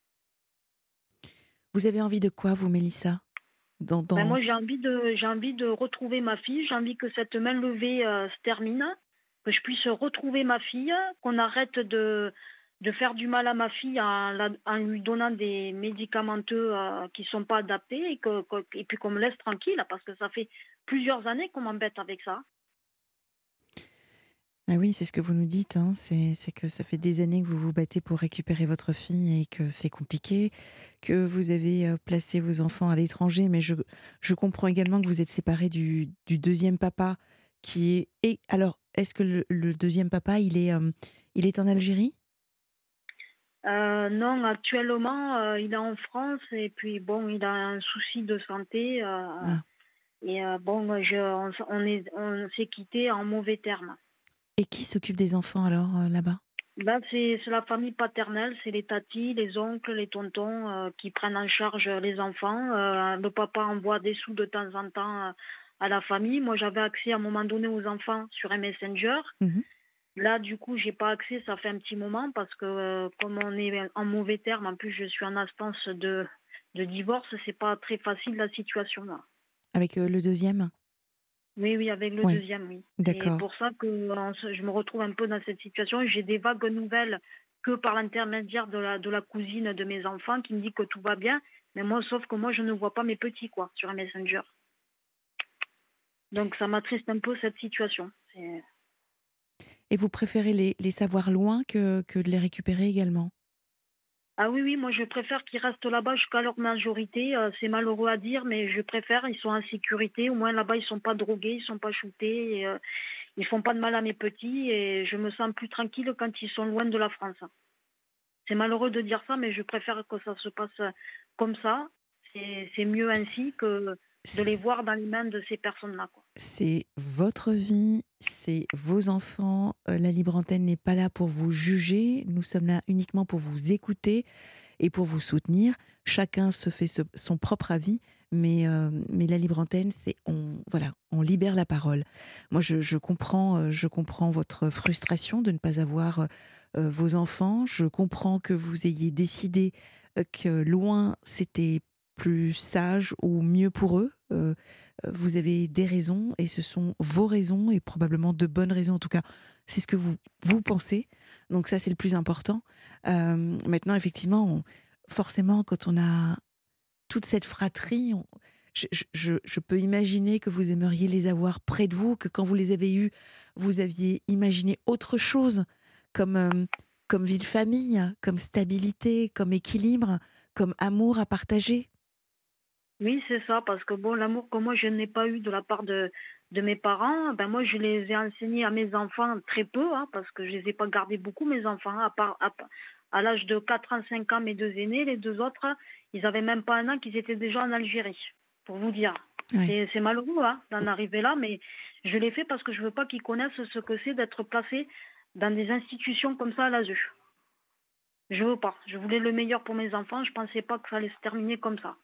Vous avez envie de quoi, vous, Mélissa? Dans, Ben, dans... moi, j'ai envie, de, j'ai envie de retrouver ma fille, j'ai envie que cette main levée euh, se termine, que je puisse retrouver ma fille, qu'on arrête de, de faire du mal à ma fille en, la- en lui donnant des médicamenteux euh, qui ne sont pas adaptés et, que, que- et puis qu'on me laisse tranquille, parce que ça fait plusieurs années qu'on m'embête avec ça. Ah oui, c'est ce que vous nous dites, hein, c'est, c'est que ça fait des années que vous vous battez pour récupérer votre fille et que c'est compliqué, que vous avez euh, placé vos enfants à l'étranger, mais je, je comprends également que vous êtes séparés du, du deuxième papa qui est... Et alors, est-ce que le, le deuxième papa, il est, euh, il est en Algérie? Euh, non, actuellement, euh, il est en France et puis bon, il a un souci de santé euh, Ah. et euh, bon, je, on, s- on est, on s'est quitté en mauvais termes. Et qui s'occupe des enfants alors euh, là-bas? Là, c'est c'est la famille paternelle, c'est les tatis, les oncles, les tontons euh, qui prennent en charge les enfants. Euh, le papa envoie des sous de temps en temps euh, à la famille. Moi, j'avais accès à un moment donné aux enfants sur un Messenger. Mhm. Là, du coup, j'ai pas accès, ça fait un petit moment parce que euh, comme on est en mauvais terme, en plus, je suis en instance de, de divorce, c'est pas très facile la situation là. Avec euh, le deuxième? Oui, oui, avec le Oui, deuxième, oui. C'est d'accord. pour ça que euh, je me retrouve un peu dans cette situation. J'ai des vagues nouvelles que par l'intermédiaire de la, de la cousine de mes enfants qui me dit que tout va bien. Mais moi, sauf que moi, je ne vois pas mes petits, quoi, sur un Messenger. Donc, ça m'attriste un peu cette situation. C'est- Et vous préférez les, les savoir loin que, que de les récupérer également? Ah oui, oui, moi, je préfère qu'ils restent là-bas jusqu'à leur majorité. Euh, c'est malheureux à dire, mais je préfère. Ils sont en sécurité. Au moins, là-bas, ils sont pas drogués, ils sont pas shootés. Et, euh, ils font pas de mal à mes petits. Et je me sens plus tranquille quand ils sont loin de la France. C'est malheureux de dire ça, mais je préfère que ça se passe comme ça. C'est c'est mieux ainsi que de les C'est voir dans les mains de ces personnes-là, quoi. c'est votre vie, c'est vos enfants. Euh, la libre antenne n'est pas là pour vous juger. Nous sommes là uniquement pour vous écouter et pour vous soutenir. Chacun se fait ce- son propre avis, mais, euh, mais la libre antenne, c'est on, voilà, on libère la parole. Moi, je, je comprends, euh, je comprends votre frustration de ne pas avoir euh, vos enfants. Je comprends que vous ayez décidé euh, que loin, c'était plus sage ou mieux pour eux, euh, vous avez des raisons et ce sont vos raisons et probablement de bonnes raisons. En tout cas, c'est ce que vous, vous pensez. Donc ça, c'est le plus important. Euh, maintenant, effectivement, on, forcément, quand on a toute cette fratrie, on, je, je, je peux imaginer que vous aimeriez les avoir près de vous, que quand vous les avez eus, vous aviez imaginé autre chose comme, euh, comme vie de famille, comme stabilité, comme équilibre, comme amour à partager. Oui, c'est ça, parce que bon, l'amour que moi je n'ai pas eu de la part de, de mes parents, ben moi je les ai enseignés à mes enfants très peu, hein, parce que je les ai pas gardés beaucoup, mes enfants, à part à, à l'âge de quatre ans, cinq ans, mes deux aînés, les deux autres, ils avaient même pas un an qu'ils étaient déjà en Algérie, pour vous dire. Oui. C'est, c'est malheureux hein, d'en arriver là, mais je l'ai fait parce que je veux pas qu'ils connaissent ce que c'est d'être placé dans des institutions comme ça à l'A S U. Je veux pas. Je voulais le meilleur pour mes enfants, je pensais pas que ça allait se terminer comme ça.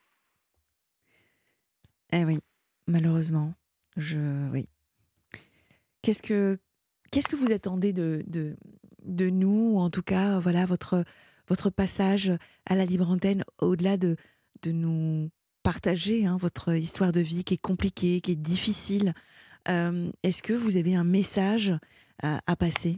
Eh oui, malheureusement, je oui. Qu'est-ce que qu'est-ce que vous attendez de de de nous, ou en tout cas, voilà, votre votre passage à la libre antenne, au-delà de de nous partager hein, votre histoire de vie qui est compliquée, qui est difficile. Euh, est-ce que vous avez un message à, à passer?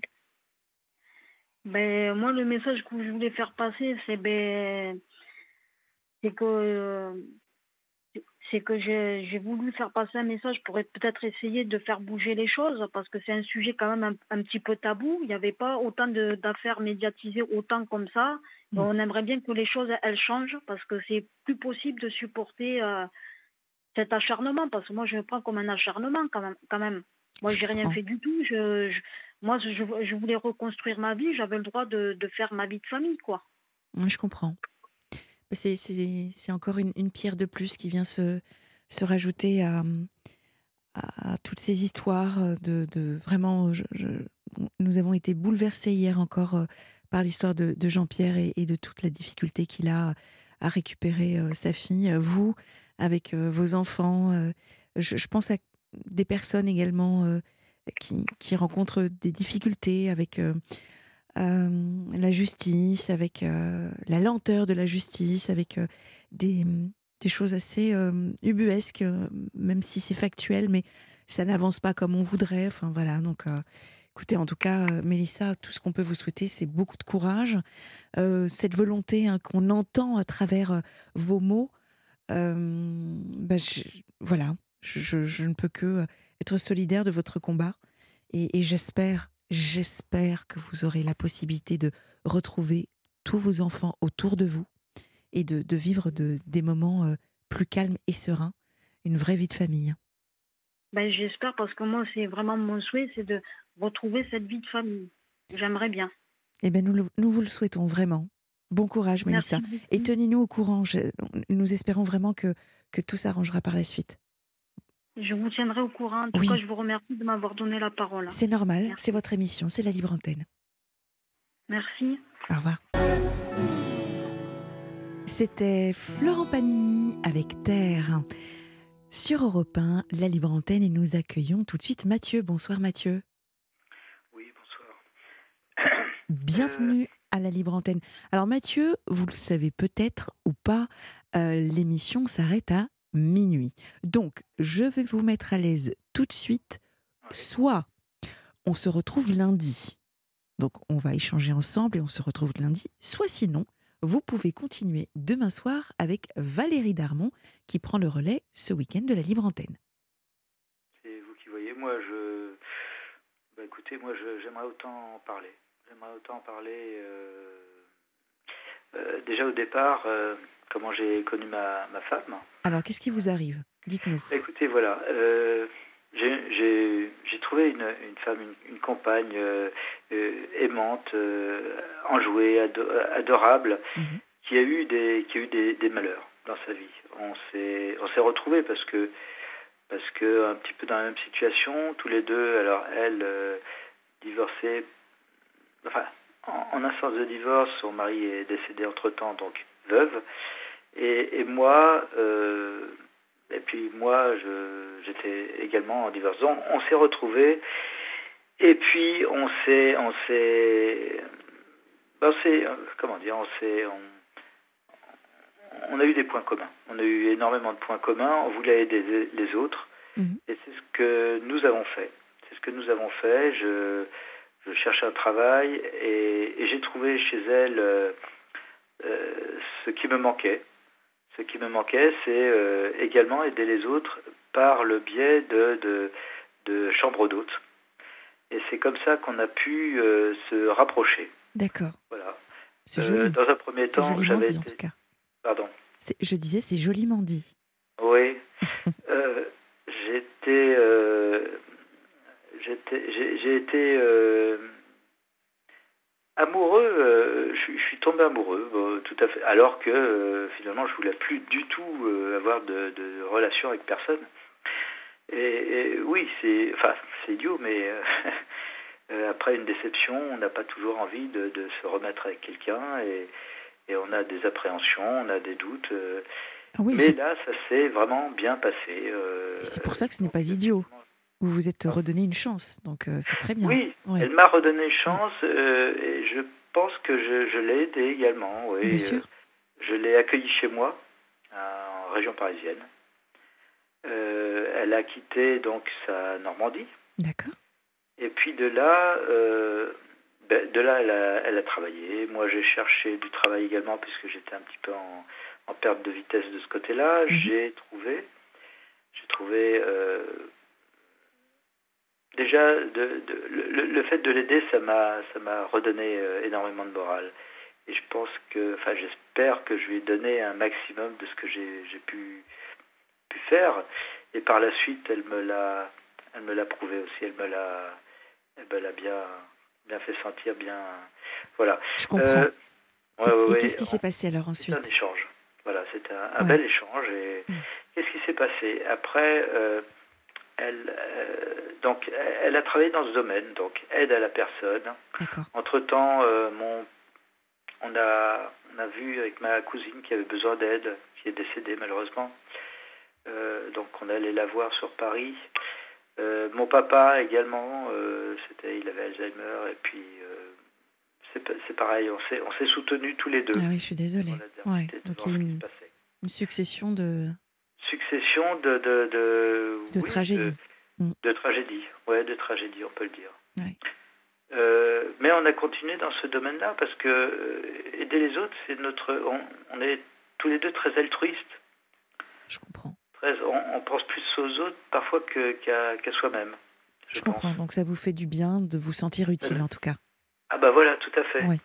Ben moi le message que je voulais faire passer, c'est ben c'est que euh, c'est que j'ai j'ai voulu faire passer un message pour être- peut-être essayer de faire bouger les choses parce que c'est un sujet quand même un, un petit peu tabou. Il n'y avait pas autant de- d'affaires médiatisées autant comme ça. Et Mm. on aimerait bien que les choses elles changent parce que c'est plus possible de supporter euh, cet acharnement parce que moi je le prends comme un acharnement quand même. Quand même. Moi Je j'ai rien comprends. fait du tout. Je, je- moi je, je voulais reconstruire ma vie. J'avais le droit de, de faire ma vie de famille quoi. Oui, je comprends. C'est c'est c'est encore une, une pierre de plus qui vient se se rajouter à à toutes ces histoires de, de vraiment, je- je- nous avons été bouleversés hier encore euh, par l'histoire de, de Jean-Pierre et, et de toute la difficulté qu'il a à récupérer euh, sa fille. Vous, avec euh, vos enfants, euh, je, je pense à des personnes également euh, qui, qui rencontrent des difficultés avec euh, euh, la justice, avec euh, la lenteur de la justice, avec euh, des, des choses assez euh, ubuesques, euh, même si c'est factuel, mais ça n'avance pas comme on voudrait. Enfin voilà, donc euh, écoutez, en tout cas, euh, Mélissa, tout ce qu'on peut vous souhaiter, c'est beaucoup de courage, euh, cette volonté hein, qu'on entend à travers euh, vos mots. Euh, bah, je- voilà, je, je- je ne peux que euh, être solidaire de votre combat et, et j'espère, j'espère que vous aurez la possibilité de retrouver tous vos enfants autour de vous et de, de vivre de, des moments euh, plus calmes et sereins, une vraie vie de famille. Ben, j'espère parce que moi, c'est vraiment mon souhait, c'est de retrouver cette vie de famille. J'aimerais bien. Eh bien, nous, le- nous vous le souhaitons vraiment. Bon courage, Mélissa. Merci Et beaucoup. tenez-nous au courant. Je- nous espérons vraiment que, que tout s'arrangera par la suite. Je vous tiendrai au courant. En tout cas, Oui, je vous remercie de m'avoir donné la parole. c'est normal, c'est Merci. votre émission, c'est la libre antenne. Merci. Au revoir. C'était Florent Pagny avec Terre. Sur Europe un, la libre antenne, et nous accueillons tout de suite Mathieu. Bonsoir Mathieu. Oui, bonsoir. Euh, Bienvenue à la libre antenne. Alors Mathieu, vous le savez peut-être ou pas, euh, l'émission s'arrête à minuit. Donc, je vais vous mettre à l'aise tout de suite. oui. Soit on se retrouve lundi, donc on va échanger ensemble et on se retrouve lundi. Soit sinon, vous pouvez continuer demain soir avec Valérie Darmon qui prend le relais ce week-end de la libre antenne. C'est vous qui voyez. Moi, je. Bah, écoutez, moi, je- j'aimerais autant en parler. J'aimerais autant en parler. euh, euh, déjà au départ, euh, comment j'ai connu ma, ma femme. Alors, qu'est-ce qui vous arrive? Dites-nous. Écoutez, voilà. euh, j'ai j'ai- j'ai trouvé une, une femme, une, une compagne euh, euh, aimante, euh, enjouée, ado- adorable, Mhm. qui a eu des, qui a eu des, des malheurs dans sa vie. On s'est, on s'est retrouvés parce que, parce que un petit peu dans la même situation, tous les deux. Alors elle, euh, divorcée, enfin, en, en instance de divorce, son mari est décédé entre temps, donc veuve. Et, et moi, euh, et puis moi, je, j'étais également en divorce. Donc on s'est retrouvés. Et puis on s'est, on s'est, ben, on s'est, euh, comment dire, on s'est, on, on a eu des points communs. On a eu énormément de points communs. On voulait aider les autres. Mmh. Et c'est ce que nous avons fait. C'est ce que nous avons fait. Je, je cherchais un travail et, et j'ai trouvé chez elle euh, euh, ce qui me manquait. Ce qui me manquait, c'est euh, également aider les autres par le biais de, de, de chambres d'hôtes. Et c'est comme ça qu'on a pu euh, se rapprocher. D'accord. Voilà. C'est joli. Euh, dans un premier c'est temps, joliment j'avais dit, été... en tout cas. Pardon. C'est, je disais, c'est joliment dit. Oui. euh, j'étais, euh, j'étais, j'ai, j'ai été euh, amoureux. Euh, je, je suis tombé amoureux, bon, tout à fait. Alors que euh, finalement, je voulais plus du tout euh, avoir de, de relation avec personne. Et, et oui, c'est, enfin, c'est idiot, mais euh, après une déception, on n'a pas toujours envie de, de se remettre avec quelqu'un et, et on a des appréhensions, on a des doutes. Euh, ah oui, mais c'est... là, ça s'est vraiment bien passé. Euh, et c'est pour ça que ce n'est pas idiot. Vous vous êtes redonné une chance, donc euh, c'est très bien. Oui, ouais. Elle m'a redonné une chance euh, et je pense que je, je l'ai aidée également. Oui. Bien sûr. Euh, je l'ai accueillie chez moi, en région parisienne. Euh, elle a quitté donc sa Normandie. D'accord. Et puis de là, euh, ben, de là, elle a, elle a travaillé. Moi, j'ai cherché du travail également puisque j'étais un petit peu en, en perte de vitesse de ce côté-là. Mm-hmm. J'ai trouvé, j'ai trouvé euh, déjà de, de, le, le fait de l'aider, ça m'a, ça m'a redonné euh, énormément de morale. Et je pense que, enfin, j'espère que je lui ai donné un maximum de ce que j'ai, j'ai pu. pu faire, et par la suite elle me l'a elle me l'a prouvé aussi, elle me l'a elle me l'a bien bien fait sentir bien, voilà. Je comprends. Euh, ouais, et, ouais, et ouais, qu'est-ce qui s'est passé alors ensuite? C'est un échange, voilà, c'était un, un ouais. bel échange. Et mmh. qu'est-ce qui s'est passé après? euh, elle euh, donc elle a travaillé dans ce domaine, donc aide à la personne. D'accord. Entre temps, euh, mon on a on a vu avec ma cousine qui avait besoin d'aide, qui est décédée malheureusement. Euh, donc on allait la voir sur Paris. Euh, mon papa également, euh, c'était, il avait Alzheimer, et puis euh, c'est, c'est pareil, on s'est, on s'est soutenus tous les deux. Ah oui, je suis désolée. Ouais, donc il y a une, une succession de... Succession de... De, de, de oui, tragédies. De, mm. de tragédies, ouais, de tragédies, on peut le dire. Ouais. Euh, mais on a continué dans ce domaine-là, parce que euh, aider les autres, c'est notre... On, on est tous les deux très altruistes. Je comprends. On, on pense plus aux autres parfois que, qu'à, qu'à soi-même. Je, je comprends, donc ça vous fait du bien de vous sentir utile, euh, en tout cas. Ah bah voilà, tout à fait. Oui.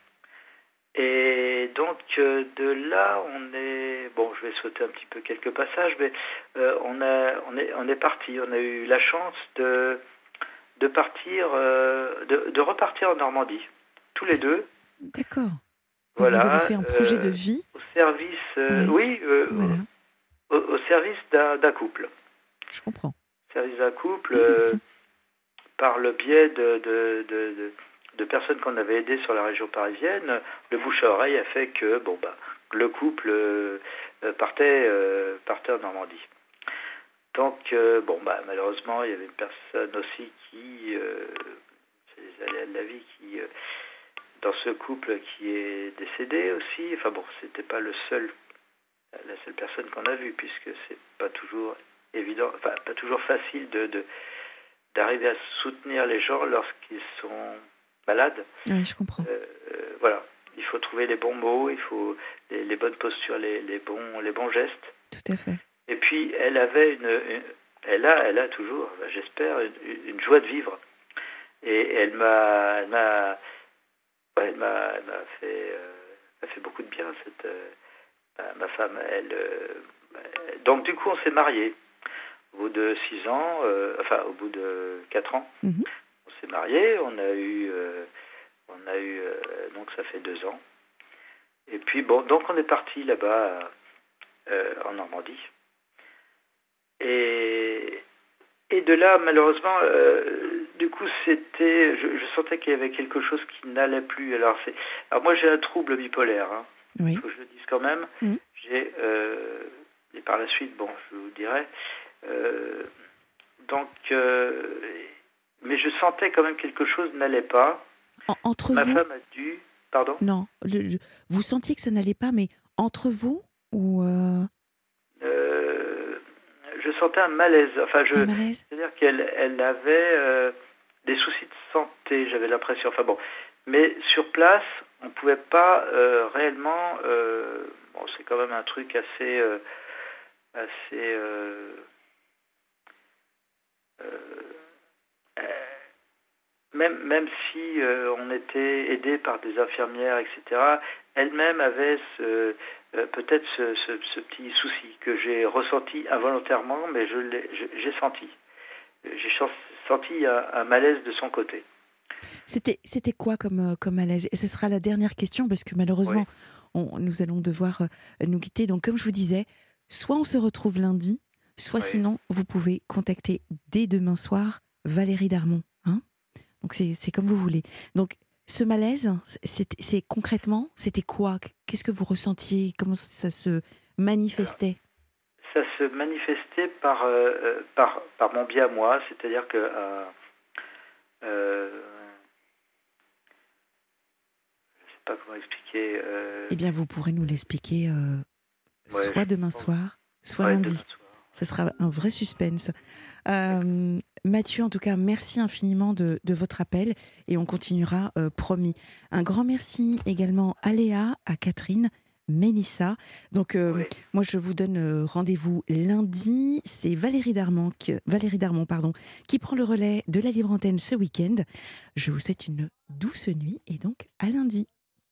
Et donc euh, de là, on est... Bon, je vais sauter un petit peu quelques passages, mais euh, on, a, on, est, on est parti. On a eu la chance de, de partir, euh, de, de repartir en Normandie, tous les deux. D'accord. Donc voilà, vous avez fait un projet euh, de vie. Au service... Euh, oui, oui euh, voilà. Au, au service d'un, d'un couple. Je comprends. Service d'un couple, euh, par le biais de, de, de, de, de personnes qu'on avait aidées sur la région parisienne, le bouche à oreille a fait que bon, bah, le couple euh, partait, euh, partait en Normandie. Donc, euh, bon, bah, malheureusement, il y avait une personne aussi qui, euh, c'est les aléas de la vie, qui, euh, dans ce couple, qui est décédé aussi. Enfin bon, c'était pas le seul la seule personne qu'on a vue, puisque c'est pas toujours évident, enfin pas toujours facile de, de d'arriver à soutenir les gens lorsqu'ils sont malades. Oui, je comprends. Euh, euh, voilà, il faut trouver les bons mots, il faut les, les bonnes postures, les, les bons les bons gestes. Tout à fait. Et puis elle avait une, une elle a elle a toujours, j'espère, une, une joie de vivre. Et elle m'a elle m'a ouais, elle m'a elle m'a fait euh, elle m'a fait beaucoup de bien cette euh, ma femme, elle... Euh, donc, du coup, on s'est mariés. Au bout de six ans, euh, enfin, au bout de quatre ans, mm-hmm. on s'est mariés. On a eu... Euh, on a eu... Euh, donc, ça fait deux ans. Et puis, bon, donc, on est parti là-bas, euh, en Normandie. Et... Et de là, malheureusement, euh, du coup, c'était... Je, je sentais qu'il y avait quelque chose qui n'allait plus. Alors, c'est, alors moi, j'ai un trouble bipolaire, hein. Oui. Il faut que je le dise quand même. Mmh. J'ai, euh, et par la suite, bon, je vous dirai. Euh, donc, euh, mais je sentais quand même quelque chose n'allait pas. En, entre Ma vous. femme a dû, pardon. Non, le, le, vous sentiez que ça n'allait pas, mais entre vous, ou euh, Euh, je sentais un malaise. Enfin, je, un malaise? c'est-à-dire qu'elle elle avait euh, des soucis de santé, j'avais l'impression. Enfin bon, mais sur place, on ne pouvait pas euh, réellement. Euh, bon, c'est quand même un truc assez, euh, assez. Euh, euh, même, même si euh, on était aidé par des infirmières, et cetera, elle-même avait ce, euh, peut-être ce, ce, ce petit souci que j'ai ressenti involontairement, mais je l'ai, je- j'ai senti. J'ai chan- senti un, un malaise de son côté. C'était, c'était quoi comme, euh, comme malaise? Et ce sera la dernière question parce que malheureusement, Oui, on- nous allons devoir euh, nous quitter. Donc, comme je vous disais, soit on se retrouve lundi, soit oui. sinon, vous pouvez contacter dès demain soir Valérie Darmon. Hein, donc, c'est, c'est comme vous voulez. Donc, ce malaise, c'est, c'est concrètement, c'était quoi? Qu'est-ce que vous ressentiez? Comment ça se Alors, manifestait? ça se manifestait par, euh, euh, par, par mon biais à moi, c'est-à-dire que euh, euh, je ne sais pas comment expliquer. Euh, Eh bien, vous pourrez nous l'expliquer euh, ouais, soit demain je pense. soir, soit Ouais, demain lundi. soir. Ce sera un vrai suspense. Euh, Mathieu, en tout cas, merci infiniment de, de votre appel et on continuera, euh, promis. Un grand merci également à Léa, à Catherine, Mélissa. Donc, euh, Oui. moi, je vous donne euh, rendez-vous lundi. C'est Valérie Darmon, qui, Valérie Darmon pardon, qui prend le relais de la Libre Antenne ce week-end. Je vous souhaite une douce nuit et donc à lundi.